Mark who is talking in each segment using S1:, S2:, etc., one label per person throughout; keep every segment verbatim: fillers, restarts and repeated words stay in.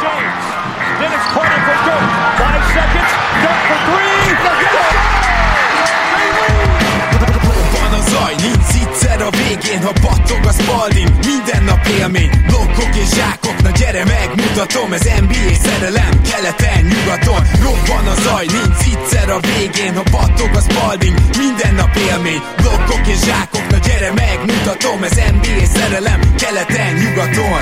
S1: James. Dennis Carter for Dirk. Five seconds. Dirk for three.
S2: Van a zaj, nincs egyszer a végén, ha battog a Spalding, minden nap élmény, blokkok és zsákok, na gyere megmutatom, ez en bé á szerelem, keleten, nyugaton, robban a zaj, nincs egyszer a végén, ha battog a Spalding, minden nap élmény, blokkok és zsákok, na gyere megmutatom, ez en bé á szerelem, keleten, nyugaton.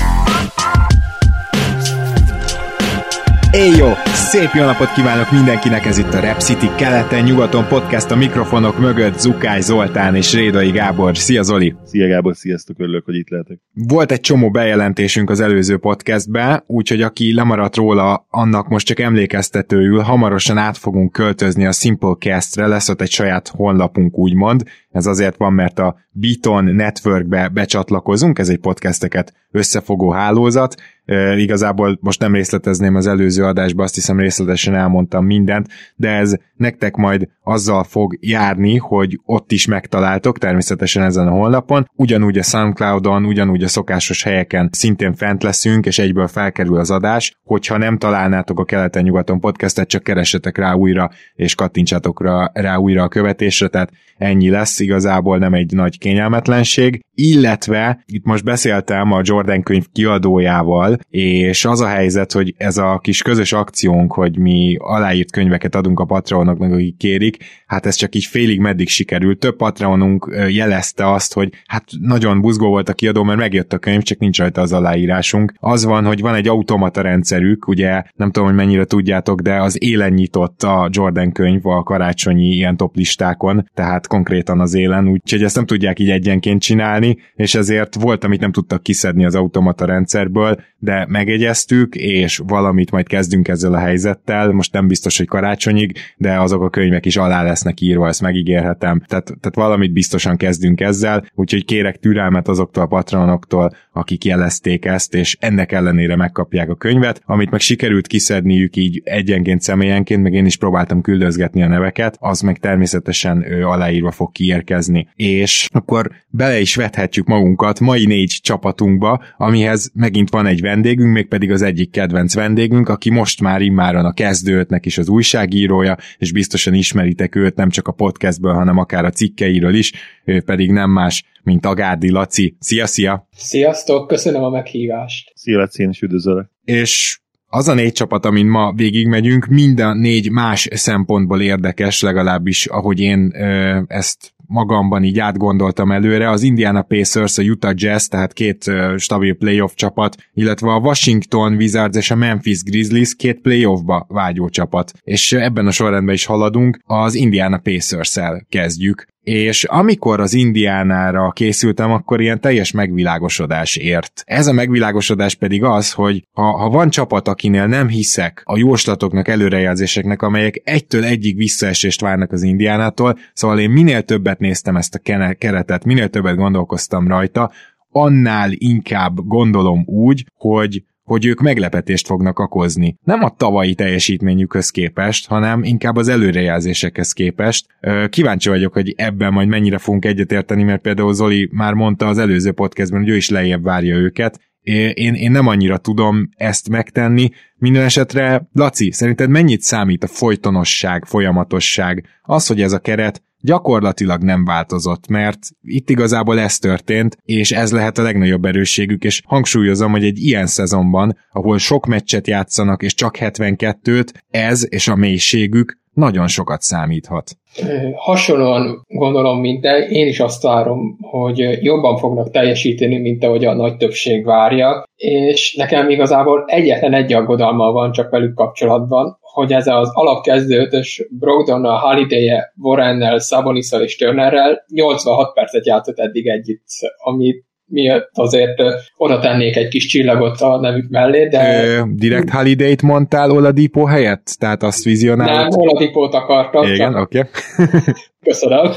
S3: Éjjó! Szép jó napot kívánok mindenkinek, ez itt a Rap City keleten-nyugaton podcast, a mikrofonok mögött Zukály Zoltán és Rédai Gábor. Szia Zoli!
S4: Szia Gábor, sziasztok, örülök, hogy itt lehetek.
S3: Volt egy csomó bejelentésünk az előző podcastben, úgyhogy aki lemaradt róla, annak most csak emlékeztetőül hamarosan át fogunk költözni a Simplecast-re, lesz ott egy saját honlapunk úgymond. Ez azért van, mert a Beaton Networkbe becsatlakozunk, ez egy podcasteket összefogó hálózat. E, igazából most nem részletezném az előző adásban, azt hiszem részletesen elmondtam mindent, de ez nektek majd azzal fog járni, hogy ott is megtaláltok, természetesen ezen a honlapon, ugyanúgy a SoundCloudon, ugyanúgy a szokásos helyeken szintén fent leszünk, és egyből felkerül az adás, hogyha nem találnátok a Keleten-nyugaton podcastet, csak keressetek rá újra, és kattintsátok rá, rá újra a követésre, tehát ennyi lesz, igazából nem egy nagy kényelmetlenség, illetve itt most beszéltem a Jordan könyv kiadójával, és az a helyzet, hogy ez a kis közös akciónk, hogy mi aláírt könyveket adunk a Patreonoknak, akik kérik, hát ez csak így félig meddig sikerült. Több Patreonunk jelezte azt, hogy hát nagyon buzgó volt a kiadó, mert megjött a könyv, csak nincs rajta az aláírásunk. Az van, hogy van egy automata rendszerük, ugye nem tudom, hogy mennyire tudjátok, de az élen nyitott a Jordan könyv a karácsonyi ilyen top listákon, tehát konkrétan az élen, úgyhogy ezt nem tudják így egyenként csinálni, és ezért volt, amit nem tudtak kiszedni az automata rendszerből, de megegyeztük, és valamit majd kezdünk ezzel a helyzettel, most nem biztos, hogy karácsonyig, de azok a könyvek is alá lesznek írva, ezt megígérhetem, tehát, tehát valamit biztosan kezdünk ezzel, úgyhogy kérek türelmet azoktól a patronoktól, akik jelezték ezt, és ennek ellenére megkapják a könyvet, amit meg sikerült kiszedniük így egyenként, személyenként, meg én is próbáltam küldözgetni a neveket, az meg természetesen ő, aláírva fog kiérkezni, és akkor bele is vethetjük magunkat mai négy csapatunkba, amihez megint van egy vendégünk, mégpedig az egyik kedvenc vendégünk, aki most már immáron a kezdőtnek is az újságírója, és biztosan ismeritek őt nem csak a podcastből, hanem akár a cikkeiről is, ő pedig nem más, mint Agárdi Laci. Szia, szia!
S5: Sziasztok, köszönöm a meghívást!
S4: Szia Laci, én is üdvözöllek!
S3: És az a négy csapat, amin ma végigmegyünk, minden négy más szempontból érdekes, legalábbis ahogy én ö, ezt magamban így átgondoltam előre, az Indiana Pacers, a Utah Jazz, tehát két uh, stabil playoff csapat, illetve a Washington Wizards és a Memphis Grizzlies két playoffba vágyó csapat. És ebben a sorrendben is haladunk, az Indiana Pacers-el kezdjük. És amikor az Indiánára készültem, akkor ilyen teljes megvilágosodás ért. Ez a megvilágosodás pedig az, hogy ha, ha van csapat, akinél nem hiszek a jóslatoknak, előrejelzéseknek, amelyek egytől egyig visszaesést várnak az Indiánától, szóval én minél többet néztem ezt a keretet, minél többet gondolkoztam rajta, annál inkább gondolom úgy, hogy hogy ők meglepetést fognak okozni. Nem a tavalyi teljesítményükhöz képest, hanem inkább az előrejelzésekhez képest. Kíváncsi vagyok, hogy ebben majd mennyire fogunk egyetérteni, mert például Zoli már mondta az előző podcastben, hogy ő is lejjebb várja őket. Én, én nem annyira tudom ezt megtenni. Minden esetre, Laci, szerinted mennyit számít a folytonosság, folyamatosság? Az, hogy ez a keret gyakorlatilag nem változott, mert itt igazából ez történt, és ez lehet a legnagyobb erősségük, és hangsúlyozom, hogy egy ilyen szezonban, ahol sok meccset játszanak, és csak hetvenkettőt, ez és a mélységük nagyon sokat számíthat.
S5: Hasonlóan gondolom, mint te, én is azt várom, hogy jobban fognak teljesíteni, mint ahogy a nagy többség várja, és nekem igazából egyetlen egy aggodalma van csak velük kapcsolatban, hogy ez az alapkezdő ötös Brogdonnal, Holiday-e, Warrennel, Sabonissal és Turnerrel nyolcvanhat percet játszott eddig együtt, amit miatt azért oda tennék egy kis csillagot a nevük mellé, de...
S3: Ö, direkt Holiday-t mondtál Oladipo helyett? Tehát azt vizionálod?
S5: Nem, Oladipót akartam.
S3: Igen, oké. Okay.
S5: Köszönöm.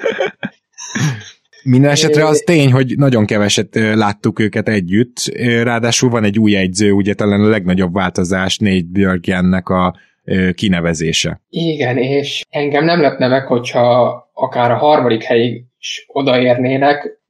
S3: Minden esetre az tény, hogy nagyon keveset láttuk őket együtt, ráadásul van egy új egyző, ugye talán a legnagyobb változás Nate Bjorkgrennek a kinevezése.
S5: Igen, és engem nem lepne meg, hogyha akár a harmadik helyig is odaérnének,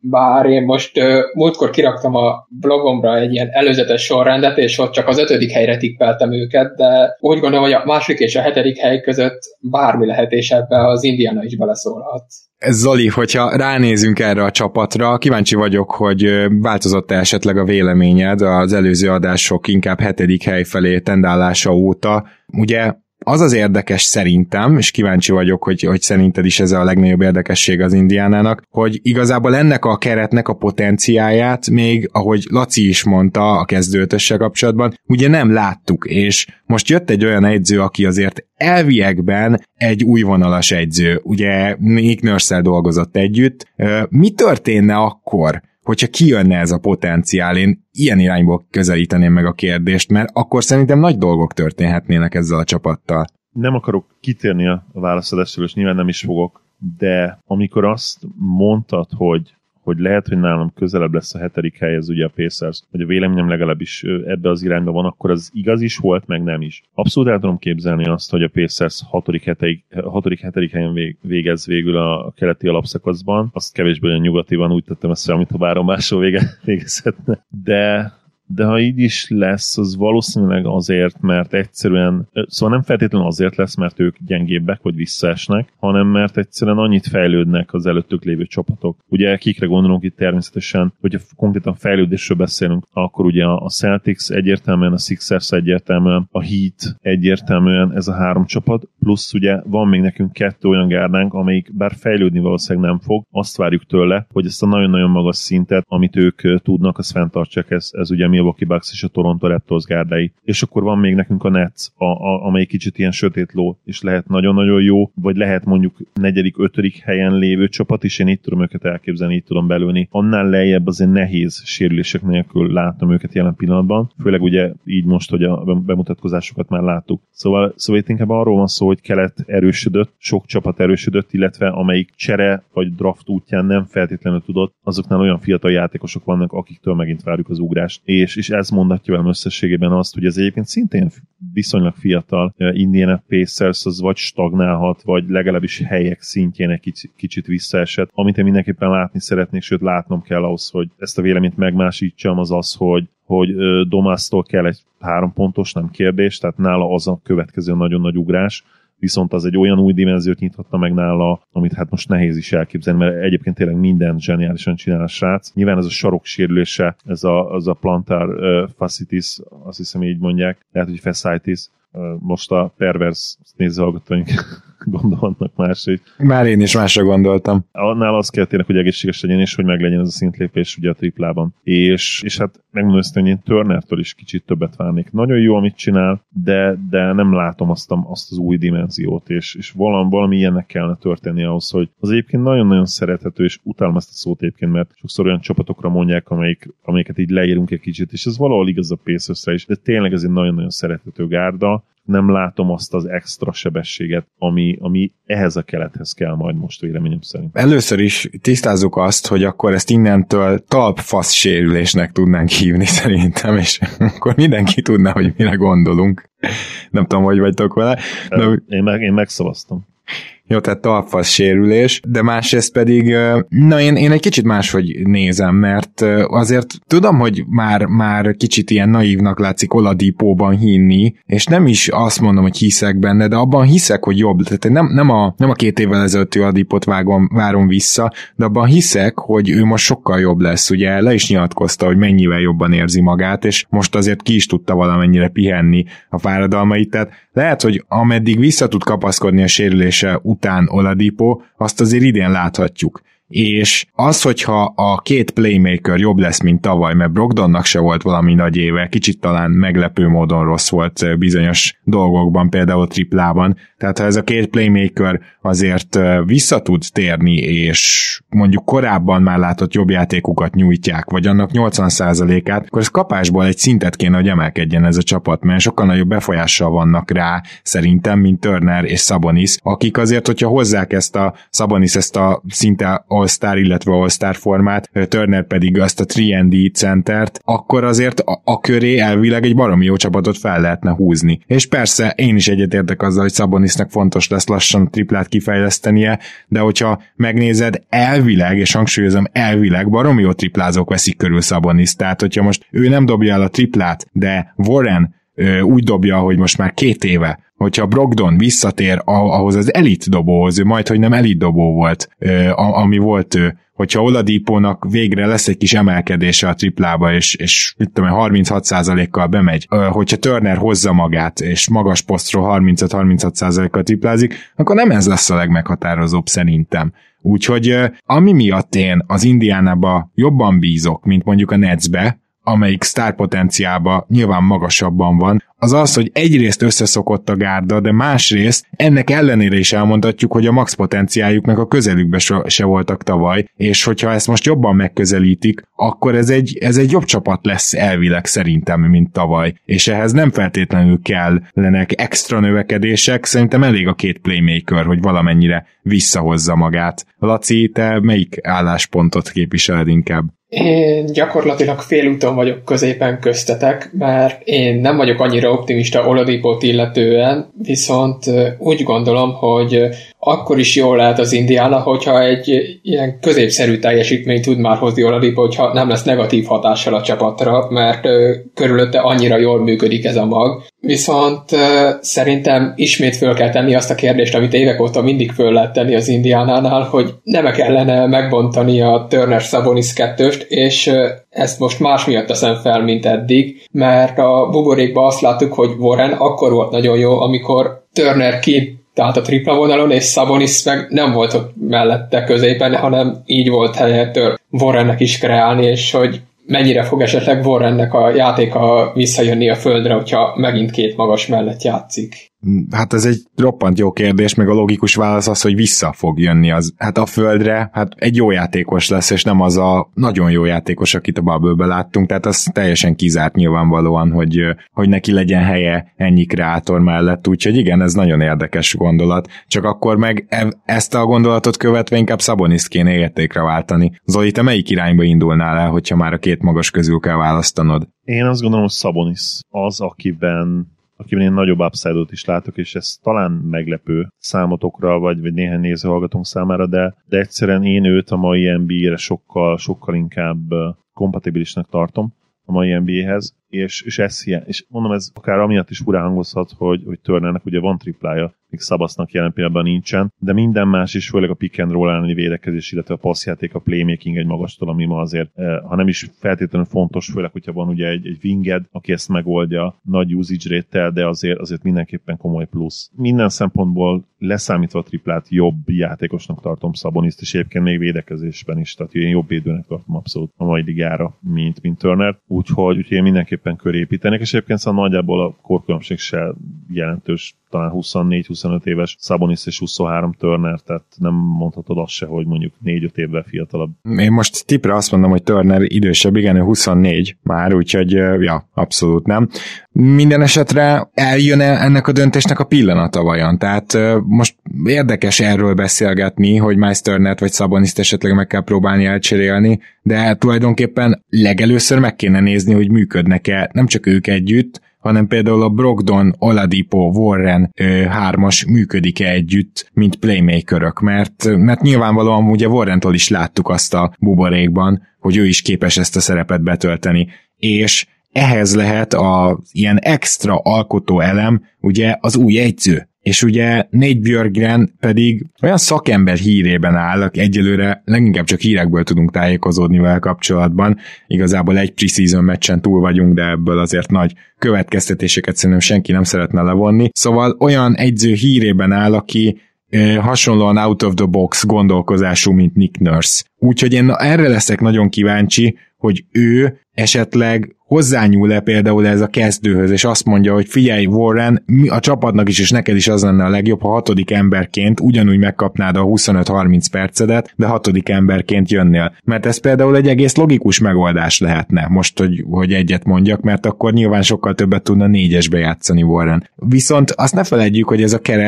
S5: bár én most uh, múltkor kiraktam a blogomra egy ilyen előzetes sorrendet, és ott csak az ötödik helyre tippeltem őket, de úgy gondolom, hogy a második és a hetedik hely között bármi lehet, és ebbe az Indiana is beleszólhat.
S3: Zoli, hogyha ránézünk erre a csapatra, kíváncsi vagyok, hogy változott-e esetleg a véleményed az előző adások inkább hetedik hely felé tendálása óta. Ugye az az érdekes szerintem, és kíváncsi vagyok, hogy, hogy szerinted is ez a legnagyobb érdekesség az Indiánának, hogy igazából ennek a keretnek a potenciáját még, ahogy Laci is mondta a kezdőötössel kapcsolatban, ugye nem láttuk, és most jött egy olyan edző, aki azért elviekben egy újvonalas edző, ugye Nick Nurse-szel dolgozott együtt. Mi történne akkor, hogyha kijönne ez a potenciál? Én ilyen irányból közelíteném meg a kérdést, mert akkor szerintem nagy dolgok történhetnének ezzel a csapattal.
S4: Nem akarok kitérni a válaszadásról, és nyilván nem is fogok, de amikor azt mondtad, hogy hogy lehet, hogy nálam közelebb lesz a hetedik helyhez ugye a Pacers, vagy a véleményem legalábbis ebbe az irányba van, akkor az igaz is volt, meg nem is. Abszolút el tudom képzelni azt, hogy a Pacers hatodik hetedik helyen végez végül a keleti alapszakaszban. Azt kevésbé olyan nyugativan úgy tettem ezt, amit a báron máshol vége, végezhetne. De de ha így is lesz, az valószínűleg azért, mert egyszerűen, szóval nem feltétlenül azért lesz, mert ők gyengébbek, vagy visszaesnek, hanem mert egyszerűen annyit fejlődnek az előttük lévő csapatok. Ugye kikre gondolunk itt természetesen, hogyha konkrétan fejlődésről beszélünk, akkor ugye a Celtics egyértelműen, a Sixers egyértelműen, a Heat egyértelműen ez a három csapat, plusz ugye van még nekünk kettő olyan gárdánk, amelyik bár fejlődni valószínűleg nem fog, azt várjuk tőle, hogy ezt a nagyon-nagyon magas szintet, amit ők tudnak, azt fenntartsák, ez, ez ugye Milwaukee Bucks és a Toronto Raptors gárdái. És akkor van még nekünk a Nets, a, a, amely kicsit ilyen sötét ló, és lehet nagyon-nagyon jó, vagy lehet mondjuk negyedik, ötödik helyen lévő csapat is, én így tudom őket elképzelni, így tudom belőni. Annál lejjebb azért nehéz sérülések nélkül látom őket jelen pillanatban, főleg ugye így most, hogy a bemutatkozásokat már láttuk. Szóval, szóval itt inkább arról van szó, hogy kelet erősödött, sok csapat erősödött, illetve amelyik csere vagy draft útján nem feltétlenül tudott, azoknál olyan fiatal játékosok vannak, akiktől megint várjuk az ugrást. És, és ez mondatja velem összességében azt, hogy ez egyébként szintén viszonylag fiatal Indiana Pacers az vagy stagnálhat, vagy legalábbis helyek szintjén egy kicsit, kicsit visszaesett. Amit én mindenképpen látni szeretnék, sőt látnom kell ahhoz, hogy ezt a véleményt megmásítsam, az az, hogy hogy Domásztól kell egy három pontos, nem kérdés, tehát nála az a következő nagyon nagy ugrás, viszont az egy olyan új dimenziót nyithatta meg nála, amit hát most nehéz is elképzelni, mert egyébként tényleg mindent zseniálisan csinál a srác. Nyilván ez a sarok sérülése, ez a, az a plantar uh, fasciitis, azt hiszem így mondják, lehet, hogy fasciitis, uh, most a pervers nézőhallgatóink gondolnak máshogy.
S3: Már én is másra gondoltam.
S4: Annál az kell tényleg, hogy egészséges legyen, és hogy meglegyen ez a szintlépés ugye a triplában. És, és hát megmondom ezt, hogy én Turnertől is kicsit többet várnék. Nagyon jó, amit csinál, de, de nem látom azt, a, azt az új dimenziót, és, és valami, valami ilyennek kellene történni ahhoz, hogy az egyébként nagyon-nagyon szerethető, és utálom ezt a szót egyébként, mert sokszor olyan csapatokra mondják, amelyik, amelyiket így leírunk egy kicsit, és ez valahol igaz a Pacersre is, de tényleg ez egy nagyon-nagyon szerethető gárda. Nem látom azt az extra sebességet, ami, ami ehhez a kelethez kell majd most véleményem szerint.
S3: Először is tisztázzuk azt, hogy akkor ezt innentől talpfasz sérülésnek tudnánk hívni szerintem, és akkor mindenki tudná, hogy mire gondolunk. Nem tudom, hogy vagytok vele. De...
S4: Én, meg, én megszavaztam.
S3: Jó, tehát talpfasz sérülés, de másrészt pedig, na én, én egy kicsit máshogy nézem, mert azért tudom, hogy már, már kicsit ilyen naívnak látszik Oladipóban hinni, és nem is azt mondom, hogy hiszek benne, de abban hiszek, hogy jobb. Tehát nem, nem, a, nem a két évvel ezelőtti Oladipót vágom, várom vissza, de abban hiszek, hogy ő most sokkal jobb lesz. Ugye le is nyilatkozta, hogy mennyivel jobban érzi magát, és most azért ki is tudta valamennyire pihenni a fáradalmait, tehát lehet, hogy ameddig vissza tud kapaszkodni a sérülése után Oladipo, azt azért idén láthatjuk. És az, hogyha a két playmaker jobb lesz, mint tavaly, mert Brogdonnak se volt valami nagy éve, kicsit talán meglepő módon rossz volt bizonyos dolgokban, például triplában, tehát ha ez a két playmaker azért vissza tud térni, és mondjuk korábban már látott jobb játékukat nyújtják, vagy annak nyolcvan százalékát, akkor ez kapásból egy szintet kéne, hogy emelkedjen ez a csapat, mert sokkal nagyobb befolyással vannak rá, szerintem, mint Turner és Sabonis, akik azért, hogyha hozzák ezt a Sabonis ezt a szinte All-Star, illetve All-Star formát, Turner pedig azt a három and D centert, akkor azért a, a köré elvileg egy baromi jó csapatot fel lehetne húzni. És persze én is egyetértek azzal, hogy Sabonisnak fontos lesz lassan a triplát kifejlesztenie, de hogyha megnézed, elvileg, és hangsúlyozom, elvileg baromi jó triplázók veszik körül Sabonis, tehát hogyha most ő nem dobja el a triplát, de Warren ö, úgy dobja, hogy most már két éve, hogyha Brogdon visszatér ahhoz az elit dobóhoz, ő majd, hogy nem elit dobó volt, ö, ami volt ő, hogyha Oladipónak végre lesz egy kis emelkedése a triplába, és, és mit tudom, harminchat százalékkal bemegy, hogyha Turner hozza magát, és magas posztról harmincöt-harminchat százalékkal triplázik, akkor nem ez lesz a legmeghatározóbb szerintem. Úgyhogy ami miatt én az Indiánába jobban bízok, mint mondjuk a Netsbe, amelyik sztárpotenciálban nyilván magasabban van, az az, hogy egyrészt összeszokott a gárda, de másrészt ennek ellenére is elmondhatjuk, hogy a max potenciáljuknak a közelükbe se voltak tavaly, és hogyha ezt most jobban megközelítik, akkor ez egy, ez egy jobb csapat lesz elvileg szerintem, mint tavaly. És ehhez nem feltétlenül kellenek extra növekedések, szerintem elég a két playmaker, hogy valamennyire visszahozza magát. Laci, te melyik álláspontot képviseled inkább?
S5: Én gyakorlatilag félúton vagyok középen köztetek, mert én nem vagyok annyira optimista Oladipót illetően, viszont úgy gondolom, hogy akkor is jól lehet az Indiana, hogyha egy ilyen középszerű teljesítményt tud már hozni Oladipo, hogyha nem lesz negatív hatással a csapatra, mert körülötte annyira jól működik ez a mag. Viszont szerintem ismét föl kell tenni azt a kérdést, amit évek óta mindig föl lehet tenni az Indiánánál, hogy nem kellene megbontani a Turner-Sabonis kettőst, és ezt most más miatt teszem fel, mint eddig, mert a buborékban azt láttuk, hogy Warren akkor volt nagyon jó, amikor Turner ki tehát a tripla vonalon, és Sabonis meg nem volt ott mellette középen, hanem így volt helyettől Warrennek is kreálni, és hogy mennyire fog esetleg Warrennek a játéka visszajönni a földre, hogyha megint két magas mellett játszik.
S3: Hát ez egy roppant jó kérdés, meg a logikus válasz az, hogy vissza fog jönni az, hát a földre, hát egy jó játékos lesz, és nem az a nagyon jó játékos, akit a Bubble-ben láttunk, tehát az teljesen kizárt nyilvánvalóan, hogy, hogy neki legyen helye ennyi kreátor mellett, úgyhogy igen, ez nagyon érdekes gondolat, csak akkor meg ezt a gondolatot követve inkább Saboniszt kéne értékre váltani. Zoli, te melyik irányba indulnál el, hogyha már a két magas közül kell választanod?
S4: Én azt gondolom, hogy Sabonis az, akiben akiben én nagyobb upside-ot is látok, és ez talán meglepő számotokra, vagy, vagy néhány nézőhallgatónk számára, de, de egyszerűen én őt a mai en bé á-re sokkal, sokkal inkább kompatibilisnek tartom a mai en bé á-hez, és, és ez ilyen, és mondom, ez akár amiatt is furán hangozhat, hogy, hogy Turnernek ugye van triplája, míg Szabasznak jelen pillanatban nincsen, de minden más is, főleg a pick and roll elleni védekezés, illetve a passzjáték, a playmaking egy magastól, ami ma azért, ha nem is feltétlenül fontos, főleg, hogyha van ugye egy, egy winged, aki ezt megoldja nagy usage rate-tel, de azért, azért mindenképpen komoly plusz. Minden szempontból leszámítva a triplát jobb játékosnak tartom Saboniszt, és egyébként még védekezésben is, tehát én jobb védőnek tartom abszolút a mai ligára, mint, mint Turner, úgyhogy, úgyhogy én mindenképpen körépítenek, és egyébként szóval nagyjából a korkülönbség se jelentős, talán huszonnégy-huszonöt éves Sabonis és huszonhárom Turner, tehát nem mondhatod azt se, hogy mondjuk négy-öt évvel fiatalabb.
S3: Én most tippre azt mondom, hogy Turner idősebb, igen, ő huszonnégy már, úgyhogy ja, abszolút nem. Minden esetre eljön ennek a döntésnek a pillanata vajon, tehát most érdekes erről beszélgetni, hogy Miles Turnert vagy Saboniszt esetleg meg kell próbálni elcserélni, de tulajdonképpen legelőször meg kéne nézni, hogy működnek-e nem csak ők együtt, hanem például a Brogdon, Oladipo, Warren ö, hármas működik-e együtt, mint playmakerök, mert, mert nyilvánvalóan ugye Warrentól is láttuk azt a buborékban, hogy ő is képes ezt a szerepet betölteni, és ehhez lehet az ilyen extra alkotó elem, ugye az új edző. És ugye Nate Björkgren pedig olyan szakember hírében áll, egyelőre leginkább csak hírekből tudunk tájékozódni vele kapcsolatban. Igazából egy preseason meccsen túl vagyunk, de ebből azért nagy következtetéseket szerintem senki nem szeretne levonni. Szóval olyan edző hírében áll, aki eh, hasonlóan out of the box gondolkozású, mint Nick Nurse. Úgyhogy én erre leszek nagyon kíváncsi, hogy ő esetleg hozzányúl-e például ez a kezdőhöz, és azt mondja, hogy figyelj Warren, a csapatnak is, és neked is az lenne a legjobb, ha hatodik emberként ugyanúgy megkapnád a huszonöt-harminc percedet, de hatodik emberként jönnél. Mert ez például egy egész logikus megoldás lehetne, most, hogy, hogy egyet mondjak, mert akkor nyilván sokkal többet tudna négyesbe játszani Warren. Viszont azt ne felejtjük, hogy ez a keret,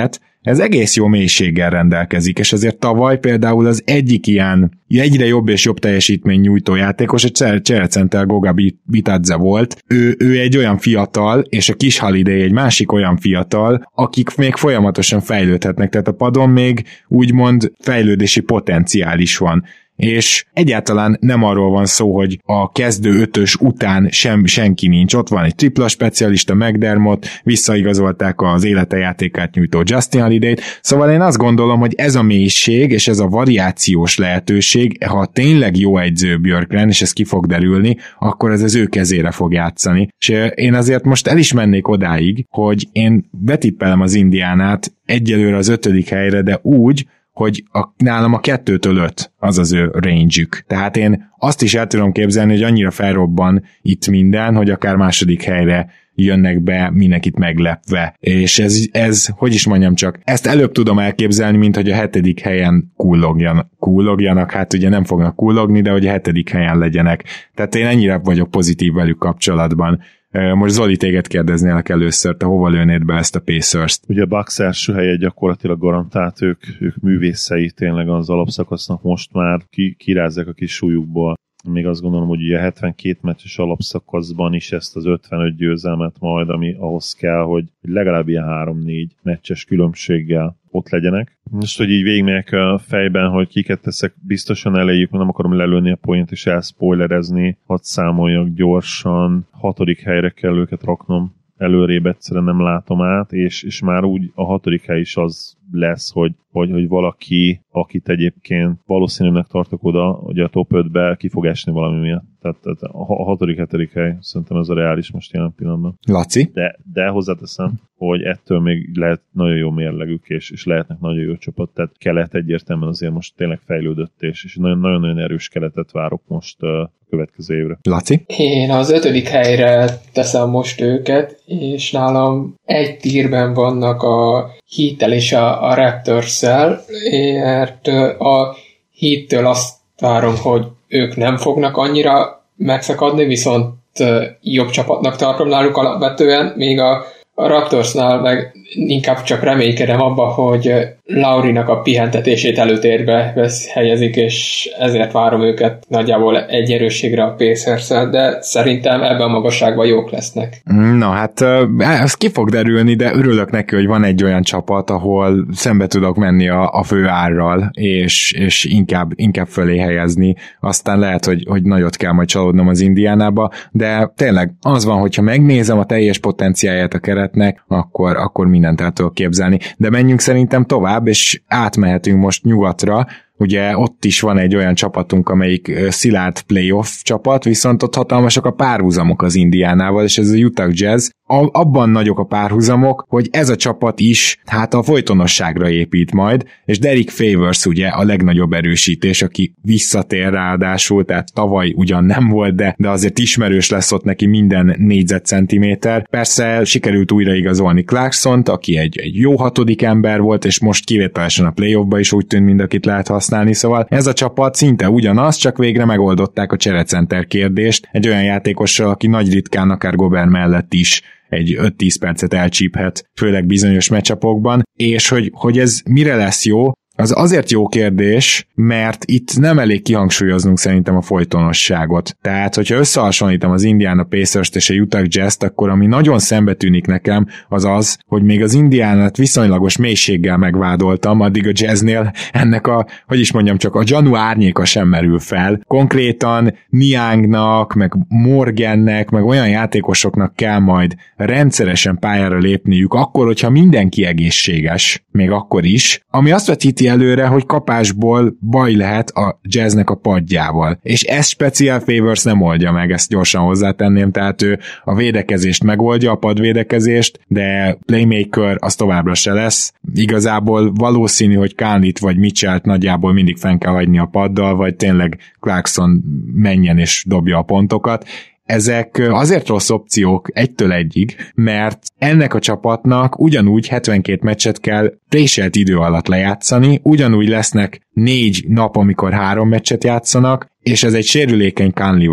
S3: ez egész jó mélységgel rendelkezik, és azért tavaly például az egyik ilyen egyre jobb és jobb teljesítmény nyújtó játékos, egy cserecenter Goga Bitadze volt. Ő, ő egy olyan fiatal, és a kis Holiday egy másik olyan fiatal, akik még folyamatosan fejlődhetnek, tehát a padon még úgymond fejlődési potenciál is van. És egyáltalán nem arról van szó, hogy a kezdő ötös után sem, senki nincs. Ott van egy tripla specialista, McDermott, visszaigazolták az élete játékát nyújtó Justin Holiday-t, szóval én azt gondolom, hogy ez a mélység és ez a variációs lehetőség, ha tényleg jó egyző Björkgren, és ez ki fog derülni, akkor ez az ő kezére fog játszani. És én azért most el is mennék odáig, hogy én betippelem az Indiánát egyelőre az ötödik helyre, de úgy, hogy a, nálam a kettőtől öt az az ő range-ük. Tehát én azt is el tudom képzelni, hogy annyira felrobban itt minden, hogy akár második helyre jönnek be, mindenkit meglepve. És ez, ez, hogy is mondjam csak, ezt előbb tudom elképzelni, mint hogy a hetedik helyen kullogjan, kullogjanak, hát ugye nem fognak kullogni, de hogy a hetedik helyen legyenek. Tehát én ennyire vagyok pozitív velük kapcsolatban. Most Zoli, téged kérdeznélek először, te hova lőnéd be ezt a Pacers-t?
S4: Ugye a Bucks első helye gyakorlatilag garantált, ők, ők művészei tényleg az alapszakasznak most már ki, kirázzák a kis súlyukból. Még azt gondolom, hogy ugye a hetvenkét meccses alapszakaszban is ezt az ötvenöt győzelmet majd, ami ahhoz kell, hogy legalább ilyen három-négy meccses különbséggel ott legyenek. Most, hogy így végigmegyek a fejben, hogy kiket teszek biztosan elejük, nem akarom lelőni a point és elspoilerezni, hadd számoljak gyorsan, hatodik helyre kell őket raknom, előrébb egyszerűen nem látom át, és, és már úgy a hatodik hely is az lesz, hogy, hogy, hogy valaki, akit egyébként valószínűleg tartok oda, hogy a top ötbe ki fog esni valami miatt. Tehát, tehát a hatodik, hetedik hely, szerintem ez a reális most jelen pillanatban.
S3: Laci?
S4: De, de hozzáteszem, hogy ettől még lehet nagyon jó mérlegük, és, és lehetnek nagyon jó csapat, tehát kelet egyértelműen azért most tényleg fejlődött, és, és nagyon-nagyon erős keletet várok most a következő évre.
S3: Laci?
S5: Én az ötödik helyre teszem most őket, és nálam egy tírben vannak a Heat-tel és a, a Raptors-szel, mert a Heat-től azt várom, hogy ők nem fognak annyira megszakadni, viszont jobb csapatnak tartom náluk alapvetően, még a, a Raptorsnál meg inkább csak reménykedem abba, hogy Laurinak a pihentetését előtérbe vesz, helyezik, és ezért várom őket nagyjából egy erősségre a Pacers-szel, de szerintem ebben a magasságban jók lesznek.
S3: Na hát, ez ki fog derülni, de örülök neki, hogy van egy olyan csapat, ahol szembe tudok menni a, a fő árral, és, és inkább, inkább fölé helyezni. Aztán lehet, hogy, hogy nagyot kell majd csalódnom az Indiánába, de tényleg az van, hogyha megnézem a teljes potenciáját a keretnek, akkor, akkor mindent el tudok képzelni. De menjünk szerintem tovább, és átmehetünk most nyugatra. Ugye ott is van egy olyan csapatunk, amelyik szilárd playoff csapat, viszont ott hatalmasak a párhuzamok az Indiánával, és ez a Utah Jazz. A, abban nagyok a párhuzamok, hogy ez a csapat is hát a folytonosságra épít majd, és Derek Favors ugye a legnagyobb erősítés, aki visszatér ráadásul, tehát tavaly ugyan nem volt, de, de azért ismerős lesz ott neki minden négyzetcentiméter. Persze sikerült újraigazolni Clarksont, aki egy, egy jó hatodik ember volt, és most kivételesen a playoffba is úgy tűnt, mind akit lehet használni, szóval ez a csapat szinte ugyanaz, csak végre megoldották a cserecenter kérdést, egy olyan játékossal, aki nagy ritkán akár Gobert mellett is egy öt-tíz percet elcsíphet, főleg bizonyos meccsapokban, és hogy, hogy ez mire lesz jó, az azért jó kérdés, mert itt nem elég kihangsúlyoznunk szerintem a folytonosságot. Tehát, hogyha összehasonlítom az Indiana Pacers-t és a Utah Jazz-t, akkor ami nagyon szembe tűnik nekem, az az, hogy még az Indiánát viszonylagos mélységgel megvádoltam, addig a Jazznél ennek a, hogy is mondjam, csak a gyanú árnyéka sem merül fel. Konkrétan Niangnak, meg Morgannek, meg olyan játékosoknak kell majd rendszeresen pályára lépniük, akkor, hogyha mindenki egészséges, még akkor is, ami azt vetíti előre, hogy kapásból baj lehet a Jazznek a padjával. És ezt speciál Favors nem oldja meg, ezt gyorsan hozzátenném, tehát ő a védekezést megoldja, a padvédekezést, de playmaker az továbbra se lesz. Igazából valószínű, hogy Conleyt vagy Mitchellt nagyjából mindig fenn kell hagyni a paddal, vagy tényleg Clarkson menjen és dobja a pontokat. Ezek azért rossz opciók egytől egyig, mert ennek a csapatnak ugyanúgy hetvenkét meccset kell préselt idő alatt lejátszani, ugyanúgy lesznek négy nap, amikor három meccset játszanak, és ez egy sérülékeny Conleyval.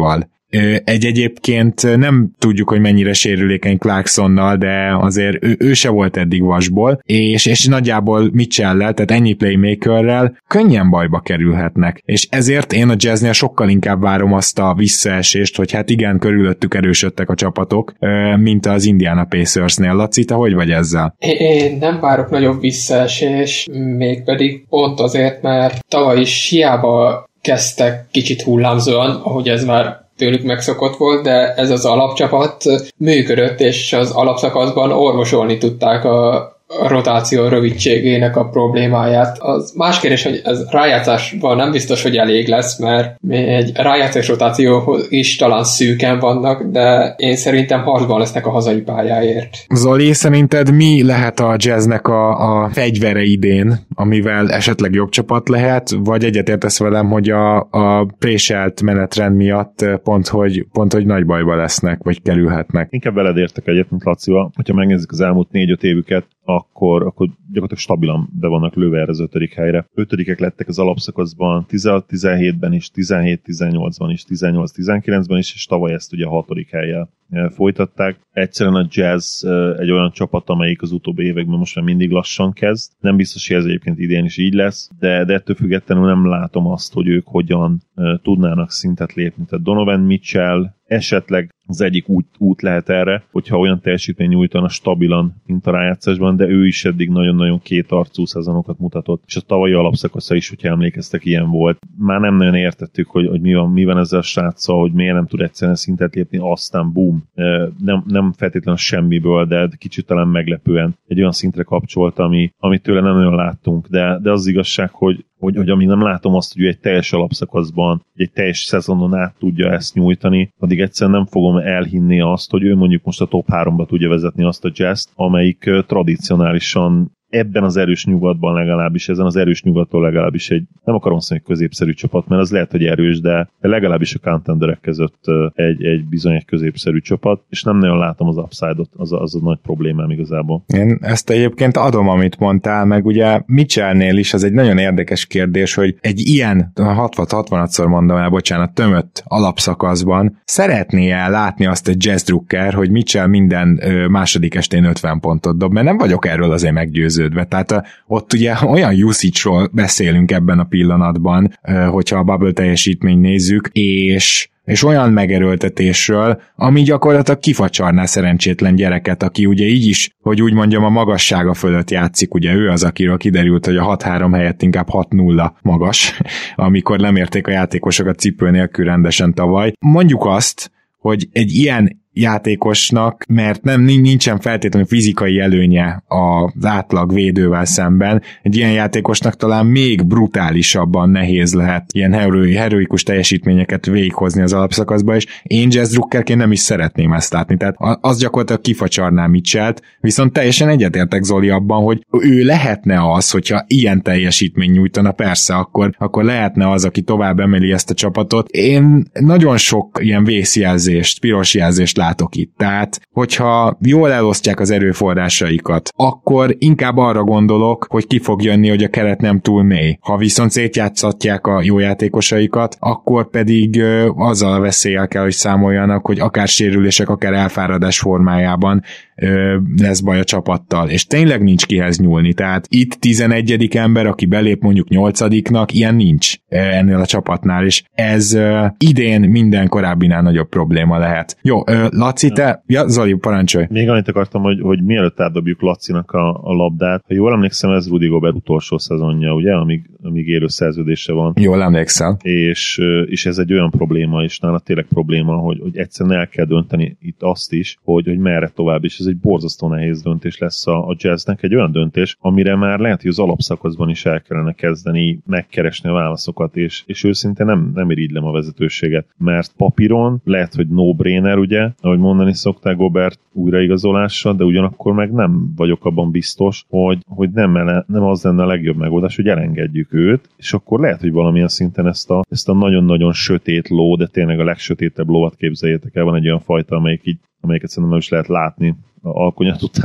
S3: egy egyébként nem tudjuk, hogy mennyire sérülékeny Clarksonnal, de azért ő, ő se volt eddig vasból, és, és nagyjából Mitchell-lel, tehát ennyi playmakerrel könnyen bajba kerülhetnek. És ezért én a Jazznél sokkal inkább várom azt a visszaesést, hogy hát igen, körülöttük erősödtek a csapatok, mint az Indiana Pacersnél. Laci, te hogy vagy ezzel?
S5: Én nem várok nagyobb visszaesés, mégpedig pont azért, mert tavaly is hiába kezdtek kicsit hullámzóan, ahogy ez már tőlük megszokott volt, de ez az alapcsapat működött, és az alapszakaszban orvosolni tudták a a rotáció rövidségének a problémáját. Az más kérdés, hogy ez rájátszásban nem biztos, hogy elég lesz, mert egy rájátszás rotációhoz is talán szűken vannak, de én szerintem harcban lesznek a hazai pályáért.
S3: Zoli, szerinted mi lehet a Jazznek a, a fegyvere idén, amivel esetleg jobb csapat lehet, vagy egyetértesz velem, hogy a, a préselt menetrend miatt pont hogy, pont, hogy nagy bajba lesznek, vagy kerülhetnek?
S4: Inkább veled értek egyet, mint Lacival. Hogyha megnézzük az elmúlt négy-öt évüket, akkor, akkor gyakorlatilag stabilan be vannak lőve erre az ötödik helyre. Ötödikek lettek az alapszakaszban tizenhat tizenhétben is, tizenhét tizennyolcban is, tizennyolc tizenkilencben is, és tavaly ezt ugye a hatodik hellyel folytatták. Egyszerűen a Jazz egy olyan csapat, amelyik az utóbbi években most már mindig lassan kezd. Nem biztos, hogy ez egyébként idén is így lesz, de, de ettől függetlenül nem látom azt, hogy ők hogyan tudnának szintet lépni. Tehát Donovan Mitchell esetleg az egyik út, út lehet erre, hogyha olyan teljesítmény nyújtana stabilan, mint a rájátszásban, de ő is eddig nagyon-nagyon kétarcú szezonokat mutatott, és a tavalyi alapszakasza is, hogyha emlékeztek, ilyen volt. Már nem nagyon értettük, hogy, hogy mi, van, mi van ezzel a sráccal, hogy miért nem tud egyszerűen szintet lépni, aztán boom. Nem, nem feltétlenül semmiből, de kicsit talán meglepően egy olyan szintre kapcsolt, ami, amit tőle nem nagyon láttunk, de, de az igazság, hogy Hogy, hogy amíg nem látom azt, hogy ő egy teljes alapszakaszban, egy teljes szezonon át tudja ezt nyújtani, addig egyszerűen nem fogom elhinni azt, hogy ő mondjuk most a top háromba tudja vezetni azt a Jazz-t, amelyik tradicionálisan ebben az erős nyugatban legalábbis, ezen az erős nyugaton legalábbis egy, nem akarom azt mondani, középszerű csapat, mert az lehet, hogy erős, de legalábbis a contenderek között egy, egy bizony egy középszerű csapat, és nem nagyon látom az upside-ot, az a, az a nagy problémám igazából.
S3: Én ezt egyébként adom, amit mondtál, meg ugye Mitchellnél is az egy nagyon érdekes kérdés, hogy egy ilyen hatvan-hatvanszor mondom el, bocsánat, tömött alapszakaszban szeretné-e látni azt egy Jazz drukker, hogy Mitchell minden második estén ötven pontot dob, mert nem vagyok erről azért meggyőző. Tehát a, ott ugye olyan usage-ról beszélünk ebben a pillanatban, hogyha a bubble teljesítményt nézzük, és és olyan megerőltetésről, ami gyakorlatilag kifacsarná szerencsétlen gyereket, aki ugye így is, hogy úgy mondjam, a magassága fölött játszik, ugye ő az, akiről kiderült, hogy a hat három helyett inkább hat nulla magas, amikor lemérték a játékosokat cipő nélkül rendesen tavaly. Mondjuk azt, hogy egy ilyen játékosnak, mert nem nincsen feltétlenül fizikai előnye az átlag védővel szemben, egy ilyen játékosnak talán még brutálisabban nehéz lehet ilyen heroikus teljesítményeket végighozni az alapszakaszba, és én Jazz drukkerként nem is szeretném ezt látni, tehát az gyakorlatilag kifacsarná Mitchellt, viszont teljesen egyetértek Zoli abban, hogy ő lehetne az, hogyha ilyen teljesítmény nyújtana, persze, akkor, akkor lehetne az, aki tovább emeli ezt a csapatot. Én nagyon sok ilyen vészjelzést, piros jelzést látok itt. Tehát, hogyha jól elosztják az erőforrásaikat, akkor inkább arra gondolok, hogy ki fog jönni, hogy a keret nem túl mély. Ha viszont szétjátszatják a jó játékosaikat, akkor pedig ö, azzal a veszéllyel kell, hogy számoljanak, hogy akár sérülések, akár elfáradás formájában ö, lesz baj a csapattal. És tényleg nincs kihez nyúlni. Tehát itt tizenegyedik ember, aki belép mondjuk nyolcadiknak, ilyen nincs ennél a csapatnál, és ez ö, idén minden korábbinál nagyobb probléma lehet. Jó, ö, Laci, te... Ja, Zoli, parancsolj.
S4: Még annyit akartam, hogy, hogy mielőtt átdobjuk Lacinak a, a labdát, ha jól emlékszem, ez Rudy Gobert utolsó szezonja, ugye, amíg, amíg élő szerződése van.
S3: Jól emlékszem.
S4: És, és ez egy olyan probléma, és nála tényleg probléma, hogy, hogy egyszerűen el kell dönteni itt azt is, hogy, hogy merre tovább, és ez egy borzasztó nehéz döntés lesz a, a Jazznek, egy olyan döntés, amire már lehet, hogy az alapszakaszban is el kellene kezdeni megkeresni a válaszokat, és, és őszintén nem, nem irigylem a vezetőséget, mert papíron lehet, hogy no-brainer, ugye, ahogy mondani szokták Gobert újraigazolása, de ugyanakkor meg nem vagyok abban biztos, hogy, hogy nem, ele, nem az lenne a legjobb megoldás, hogy elengedjük őt, és akkor lehet, hogy valamilyen szinten ezt a, ezt a nagyon-nagyon sötét ló, de tényleg a legsötétebb lovat képzeljétek el, van egy olyan fajta, amelyik így, amelyiket szerintem is lehet látni a alkonyat után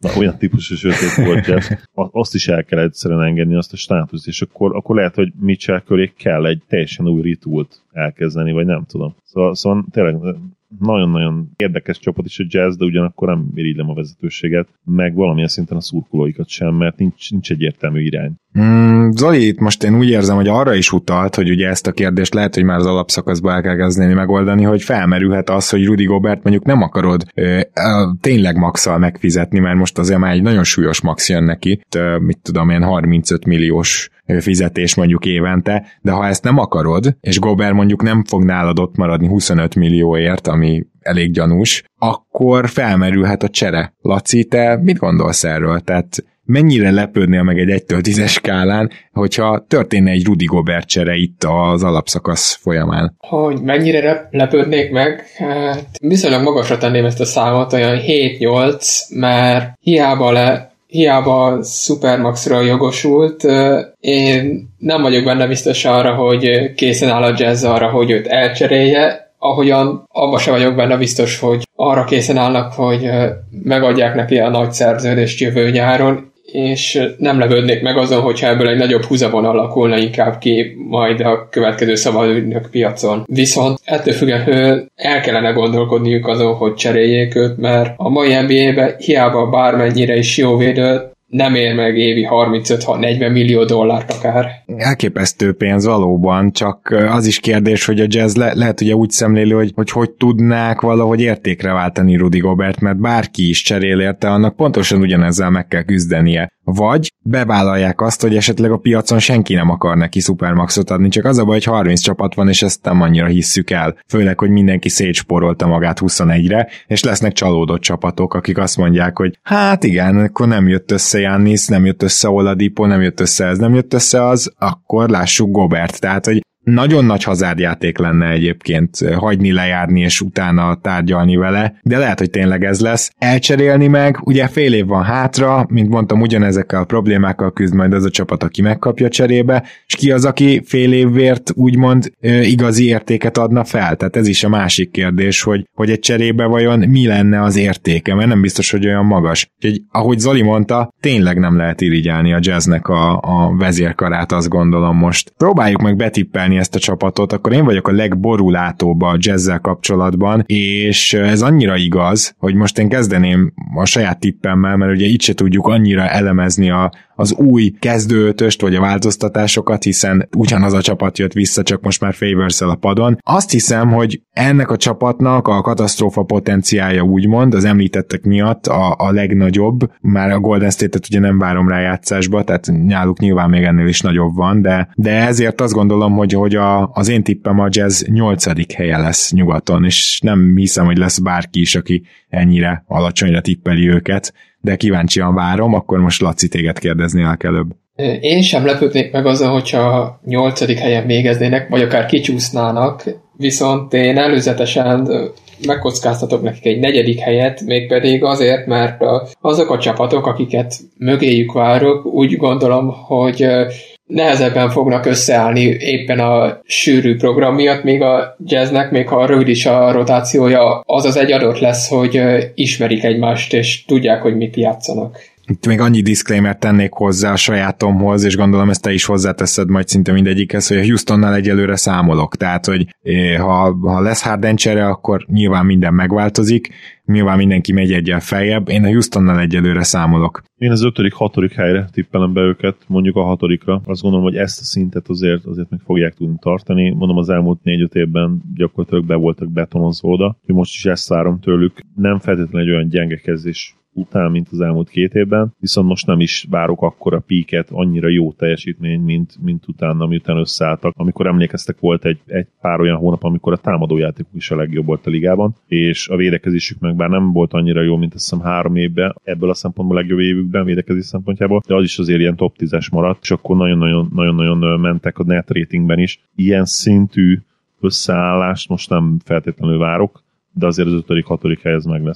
S4: Na, olyan típusú sötét volt Jazz, azt is el kell egyszerűen engedni, azt a státuszt, és akkor, akkor lehet, hogy Mitchell köré kell egy teljesen új ritult elkezdeni, vagy nem tudom. Szóval, szóval tényleg nagyon-nagyon érdekes csapat is a Jazz, de ugyanakkor nem irigylem a vezetőséget, meg valamilyen szinten a szurkolóikat sem, mert nincs, nincs egyértelmű irány.
S3: Mm, Zoli, itt most én úgy érzem, hogy arra is utalt, hogy ugye ezt a kérdést lehet, hogy már az alapszakaszban el kell kezdeni megoldani, hogy felmerülhet az, hogy Rudy Gobert mondjuk nem akarod ö, ö, tényleg maxal megfizetni, mert most azért már egy nagyon súlyos max jön neki, t, mit tudom én, harmincöt milliós fizetés mondjuk évente, de ha ezt nem akarod, és Gobert mondjuk nem fog nálad ott maradni huszonöt millióért, ami elég gyanús, akkor felmerülhet a csere. Laci, te mit gondolsz erről? Tehát mennyire lepődnél meg egy egytől tízes skálán, hogyha történne egy Rudy Gobert csere itt az alapszakasz folyamán?
S5: Hogy mennyire lepődnék meg? Hát viszonylag magasra tenném ezt a számot, olyan hét-nyolc, mert hiába le hiába Supermaxra jogosult, én nem vagyok benne biztos arra, hogy készen áll a Jazz arra, hogy őt elcserélje, ahogyan abban se vagyok benne biztos, hogy arra készen állnak, hogy megadják neki a nagy szerződést jövő nyáron, és nem lepődnék meg azon, hogyha ebből egy nagyobb húzavon alakulna inkább ki majd a következő szabadügynök piacon. Viszont ettől függetlenül el kellene gondolkodniuk azon, hogy cseréljék őt, mert a mai en bé á-ben hiába bármennyire is jó védő, nem ér meg évi harmincöt-negyven millió dollárt akár.
S3: Elképesztő pénz valóban, csak az is kérdés, hogy a Jazz le- lehet ugye úgy szemlélő, hogy, hogy hogy tudnák valahogy értékre váltani Rudy Gobert, mert bárki is cserél érte, annak pontosan ugyanezzel meg kell küzdenie. Vagy bevállalják azt, hogy esetleg a piacon senki nem akar neki szupermaxot adni, csak az a baj, hogy harminc csapat van, és ezt nem annyira hisszük el. Főleg, hogy mindenki szétspórolta magát huszonegyre, és lesznek csalódott csapatok, akik azt mondják, hogy hát igen, akkor nem jött össze Giannis, nem jött össze Oladipo, nem jött össze ez, nem jött össze az, akkor lássuk Gobert. Tehát, hogy nagyon nagy hazárdjáték lenne egyébként hagyni lejárni és utána tárgyalni vele, de lehet, hogy tényleg ez lesz. Elcserélni meg, ugye fél év van hátra, mint mondtam, ugyanezekkel a problémákkal küzd majd az a csapat, aki megkapja cserébe, és ki az, aki fél évért úgymond igazi értéket adna fel? Tehát ez is a másik kérdés, hogy, hogy egy cserébe vajon mi lenne az értéke, mert nem biztos, hogy olyan magas. Úgyhogy, ahogy Zoli mondta, tényleg nem lehet irigyelni a Jazznek a, a vezérkarát, azt gondolom most. Próbáljuk meg betippelni ezt a csapatot, akkor én vagyok a legborulátóbb a Jazzel kapcsolatban, és ez annyira igaz, hogy most én kezdeném a saját tippemmel, mert ugye itt se tudjuk annyira elemezni a, az új kezdőötöst, vagy a változtatásokat, hiszen ugyanaz a csapat jött vissza, csak most már Favors-el a padon. Azt hiszem, hogy ennek a csapatnak a katasztrófa potenciálja úgymond, az említettek miatt a, a legnagyobb, már a Golden State-et ugye nem várom rá játszásba, tehát náluk nyilván még ennél is nagyobb van, de, de ezért azt gondolom, hogy, hogy a, az én tippem a Jazz nyolcadik helye lesz nyugaton, és nem hiszem, hogy lesz bárki is, aki ennyire alacsonyra tippeli őket, de kíváncsian várom, akkor most Laci, téged kérdeznél előbb.
S5: Én sem lepődnék meg azon, hogyha nyolcadik helyen végeznének, vagy akár kicsúsznának, viszont én előzetesen megkockáztatok nekik egy negyedik helyet, mégpedig azért, mert azok a csapatok, akiket mögéjük várok, úgy gondolom, hogy nehezebben fognak összeállni éppen a sűrű program miatt, még a Jazznek, még ha rövid is a rotációja, az az egy adott lesz, hogy ismerik egymást, és tudják, hogy mit játszanak.
S3: Itt még annyi disclaimer tennék hozzá a sajátomhoz, és gondolom ezt te is hozzáteszed majd szinte mindegyikhez, hogy a Houstonnal egyelőre számolok. Tehát, hogy ha, ha lesz Harden csere, akkor nyilván minden megváltozik, nyilván mindenki megy egyel feljebb. Én a Houstonnal egyelőre számolok.
S4: Én az ötödik, hatodik helyre tippelem be őket, mondjuk a hatodikra. Azt gondolom, hogy ezt a szintet azért, azért meg fogják tudni tartani. Mondom, az elmúlt négy-öt évben gyakorlatilag be voltak betonozva oda. Most is ezt várom tőlük. Nem feltétlenül egy olyan gyenge kezdés után, mint az elmúlt két évben, viszont most nem is várok akkora píket, annyira jó teljesítmény, mint, mint utána, miután összeálltak. Amikor emlékeztek, volt egy, egy pár olyan hónap, amikor a támadójátékuk is a legjobb volt a ligában, és a védekezésük meg bár nem volt annyira jó, mint azt hiszem három évben, ebből a szempontból a legjobb évükben védekezés szempontjából, de az is azért ilyen top tízes maradt, és akkor nagyon-nagyon mentek a net ratingben is. Ilyen szintű összeállást most nem feltétlenül várok, de azért az ötödik, hatodik hely ez meg lesz.